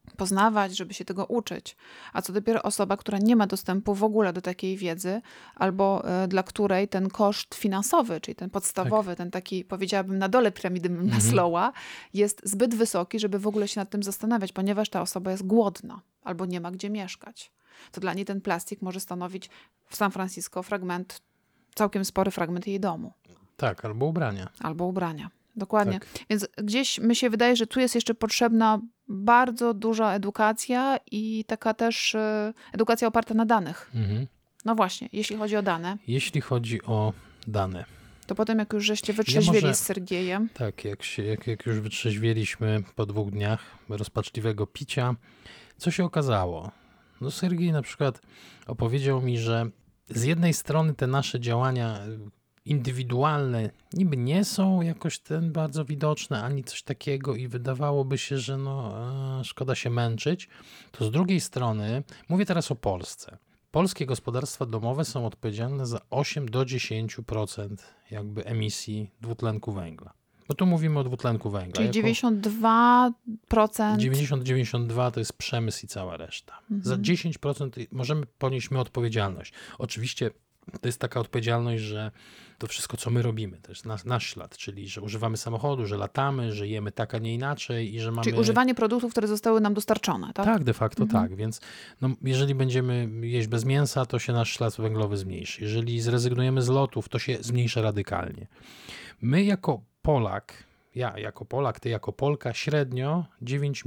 poznawać, żeby się tego uczyć. A co dopiero osoba, która nie ma dostępu w ogóle do takiej wiedzy, albo dla której ten koszt finansowy, czyli ten podstawowy, ten taki, powiedziałabym, na dole piramidy Maslowa, jest zbyt wysoki, żeby w ogóle się nad tym zastanawiać, ponieważ ta osoba jest głodna albo nie ma gdzie mieszkać. To dla niej ten plastik może stanowić w San Francisco całkiem spory fragment jej domu. Tak, albo ubrania. Albo ubrania. Dokładnie. Tak. Więc gdzieś mi się wydaje, że tu jest jeszcze potrzebna bardzo duża edukacja i taka też edukacja oparta na danych. No właśnie, jeśli chodzi o dane. Jeśli chodzi o dane. To potem jak już żeście wytrzeźwieli z Sergiejem. Tak, jak już wytrzeźwieliśmy po 2 dniach rozpaczliwego picia, co się okazało? No Sergiej na przykład opowiedział mi, że z jednej strony te nasze działania indywidualne niby nie są jakoś bardzo widoczne, ani coś takiego i wydawałoby się, że szkoda się męczyć. To z drugiej strony, mówię teraz o Polsce. Polskie gospodarstwa domowe są odpowiedzialne za 8-10% jakby emisji dwutlenku węgla. Bo tu mówimy o dwutlenku węgla. Czyli 92%. 90-92% to jest przemysł i cała reszta. Za 10% możemy ponieść my odpowiedzialność. Oczywiście to jest taka odpowiedzialność, że to wszystko, co my robimy, to jest nasz ślad, czyli że używamy samochodu, że latamy, że jemy tak, a nie inaczej i że mamy... Czyli używanie produktów, które zostały nam dostarczone, tak? Tak, de facto tak, więc jeżeli będziemy jeść bez mięsa, to się nasz ślad węglowy zmniejszy. Jeżeli zrezygnujemy z lotów, to się zmniejsza radykalnie. My jako Polak, ja jako Polak, ty jako Polka, średnio 9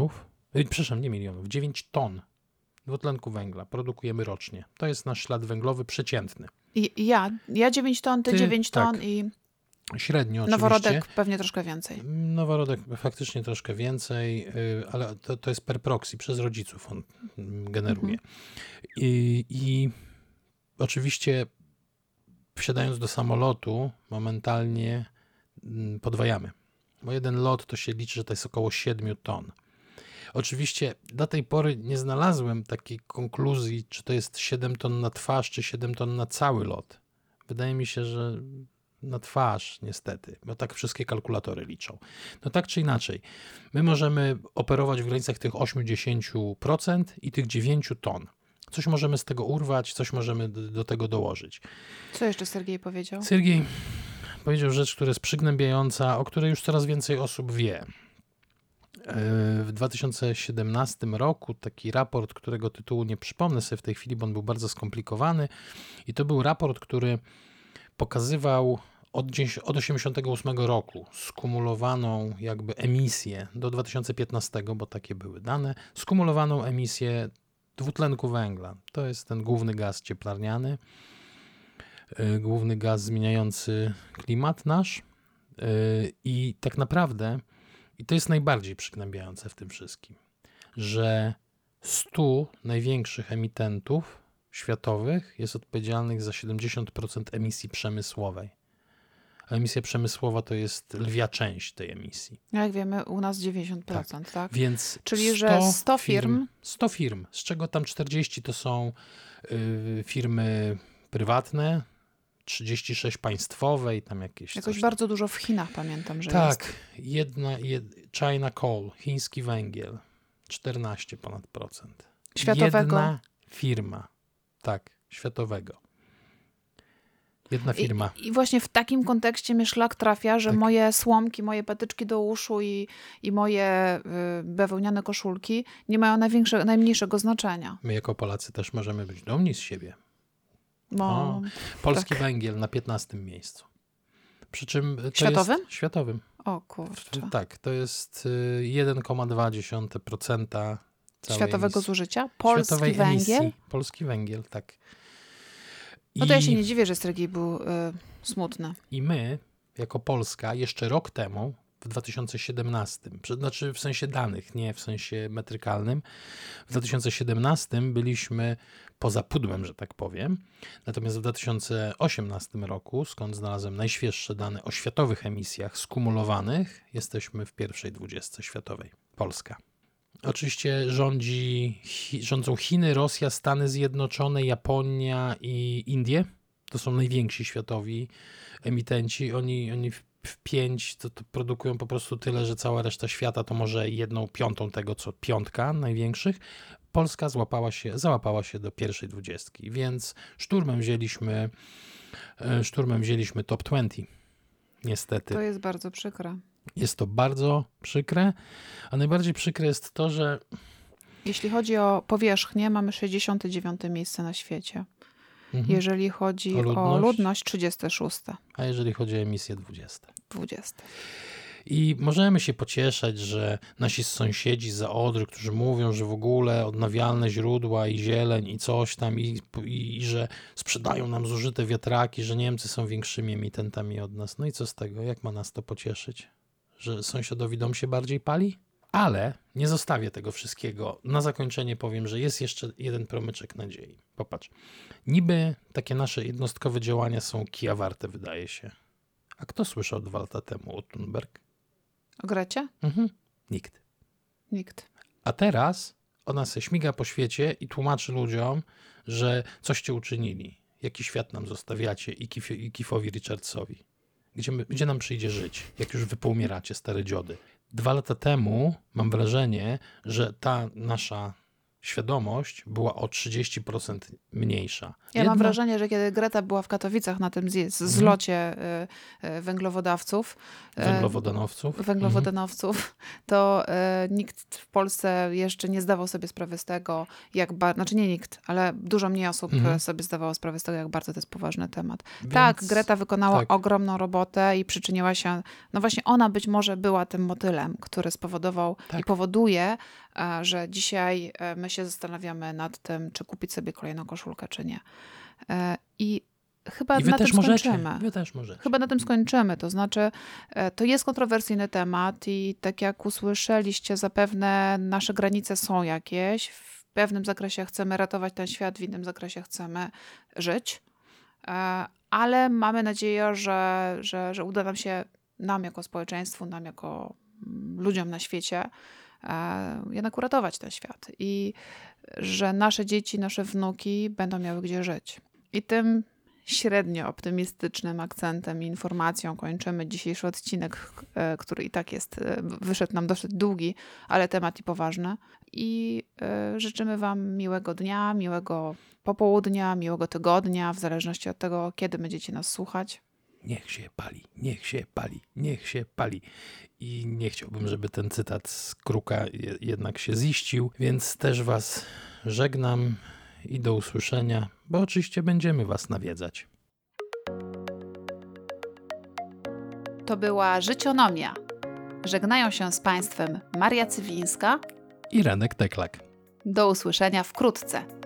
ton dwutlenku węgla produkujemy rocznie. To jest nasz ślad węglowy przeciętny. Ja 9 ton, ty 9 ton tak. i średnio noworodek oczywiście. pewnie troszkę więcej. Noworodek faktycznie troszkę więcej, ale to jest per proxy, przez rodziców on generuje. I oczywiście wsiadając do samolotu momentalnie podwajamy. Bo jeden lot to się liczy, że to jest około 7 ton. Oczywiście do tej pory nie znalazłem takiej konkluzji, czy to jest 7 ton na twarz, czy 7 ton na cały lot. Wydaje mi się, że na twarz niestety, bo tak wszystkie kalkulatory liczą. No tak czy inaczej, my możemy operować w granicach tych 80% i tych 9 ton. Coś możemy z tego urwać, coś możemy do tego dołożyć. Co jeszcze Sergiej powiedział? Sergiej powiedział rzecz, która jest przygnębiająca, o której już coraz więcej osób wie. W 2017 roku taki raport, którego tytułu nie przypomnę sobie w tej chwili, bo on był bardzo skomplikowany i to był raport, który pokazywał od 1988 roku skumulowaną jakby emisję do 2015, bo takie były dane, skumulowaną emisję dwutlenku węgla. To jest ten główny gaz cieplarniany, główny gaz zmieniający klimat nasz i tak naprawdę, i to jest najbardziej przygnębiające w tym wszystkim, że 100 największych emitentów światowych jest odpowiedzialnych za 70% emisji przemysłowej. A emisja przemysłowa to jest lwia część tej emisji. Jak wiemy, u nas 90%, tak? Więc czyli, że 100 firm... 100 firm, z czego tam 40 to są firmy prywatne, 36 państwowe i tam jakieś Jakoś coś bardzo dużo w Chinach pamiętam, że tak, jest. China Coal, chiński węgiel, 14 ponad procent. Światowego. Jedna firma, tak, światowego. Jedna firma. I właśnie w takim kontekście mnie szlak trafia, że Tak. moje słomki, moje patyczki do uszu i moje bawełniane koszulki nie mają najmniejszego znaczenia. My jako Polacy też możemy być dumni z siebie. Bo... Polski tak. węgiel na 15 miejscu. Przy czym to Światowym? jest światowym. O kurczę. Tak, to jest 1,2% całej Światowego emisji. zużycia? Polski węgiel? Emisji. Polski węgiel, tak. No to ja się nie dziwię, że Sergiej był smutny. I my, jako Polska, jeszcze rok temu, w 2017, znaczy w sensie danych, nie w sensie metrykalnym, w 2017 byliśmy poza pudłem, że tak powiem. Natomiast w 2018 roku, skąd znalazłem najświeższe dane o światowych emisjach skumulowanych, jesteśmy w pierwszej 20 światowej. Polska. Oczywiście rządzą Chiny, Rosja, Stany Zjednoczone, Japonia i Indie. To są najwięksi światowi emitenci. Oni w 5 to produkują po prostu tyle, że cała reszta świata to może 1/5 tego, co piątka największych. Polska załapała się do pierwszej 20, więc szturmem wzięliśmy top 20. Niestety. To jest bardzo przykre. Jest to bardzo przykre, a najbardziej przykre jest to, że Jeśli chodzi o powierzchnię, mamy 69. miejsce na świecie. Jeżeli chodzi o ludność 36. A jeżeli chodzi o emisję 20. 20. I możemy się pocieszać, że nasi sąsiedzi za Odry, którzy mówią, że w ogóle odnawialne źródła i zieleń i coś tam i że sprzedają nam zużyte wiatraki, że Niemcy są większymi emitentami od nas. No i co z tego? Jak ma nas to pocieszyć? Że sąsiadowi dom się bardziej pali? Ale nie zostawię tego wszystkiego. Na zakończenie powiem, że jest jeszcze jeden promyczek nadziei. Popatrz. Niby takie nasze jednostkowe działania są kija warte, wydaje się. A kto słyszał 2 lata temu o Thunberg? O Grecie? Nikt. Nikt. A teraz ona se śmiga po świecie i tłumaczy ludziom, że coście uczynili. Jaki świat nam zostawiacie i Keithowi Richardsowi. Gdzie nam przyjdzie żyć, jak już wy poumieracie, stare dziody. 2 lata temu mam wrażenie, że ta nasza świadomość była o 30% mniejsza. Ja mam wrażenie, że kiedy Greta była w Katowicach na tym zlocie węglowodanowców, to nikt w Polsce jeszcze nie zdawał sobie sprawy z tego, znaczy nie nikt, ale dużo mniej osób sobie zdawało sprawę z tego, jak bardzo to jest poważny temat. Więc, tak, Greta wykonała ogromną robotę i przyczyniła się, no właśnie ona być może była tym motylem, który spowodował i powoduje, że dzisiaj my się zastanawiamy nad tym, czy kupić sobie kolejną koszulkę, czy nie. I chyba na tym skończymy. Wy też możecie. Chyba na tym skończymy. To znaczy, to jest kontrowersyjny temat i tak jak usłyszeliście, zapewne nasze granice są jakieś. W pewnym zakresie chcemy ratować ten świat, w innym zakresie chcemy żyć. Ale mamy nadzieję, że uda nam się, nam jako społeczeństwu, nam jako ludziom na świecie, jednak uratować ten świat i że nasze dzieci, nasze wnuki będą miały gdzie żyć. I tym średnio optymistycznym akcentem i informacją kończymy dzisiejszy odcinek, który i tak wyszedł nam dosyć długi, ale temat i poważny. I życzymy wam miłego dnia, miłego popołudnia, miłego tygodnia, w zależności od tego, kiedy będziecie nas słuchać. Niech się pali, niech się pali, niech się pali. I nie chciałbym, żeby ten cytat z Kruka jednak się ziścił, więc też was żegnam i do usłyszenia, bo oczywiście będziemy was nawiedzać. To była Życionomia. Żegnają się z państwem Maria Cywińska i Renek Teklak. Do usłyszenia wkrótce.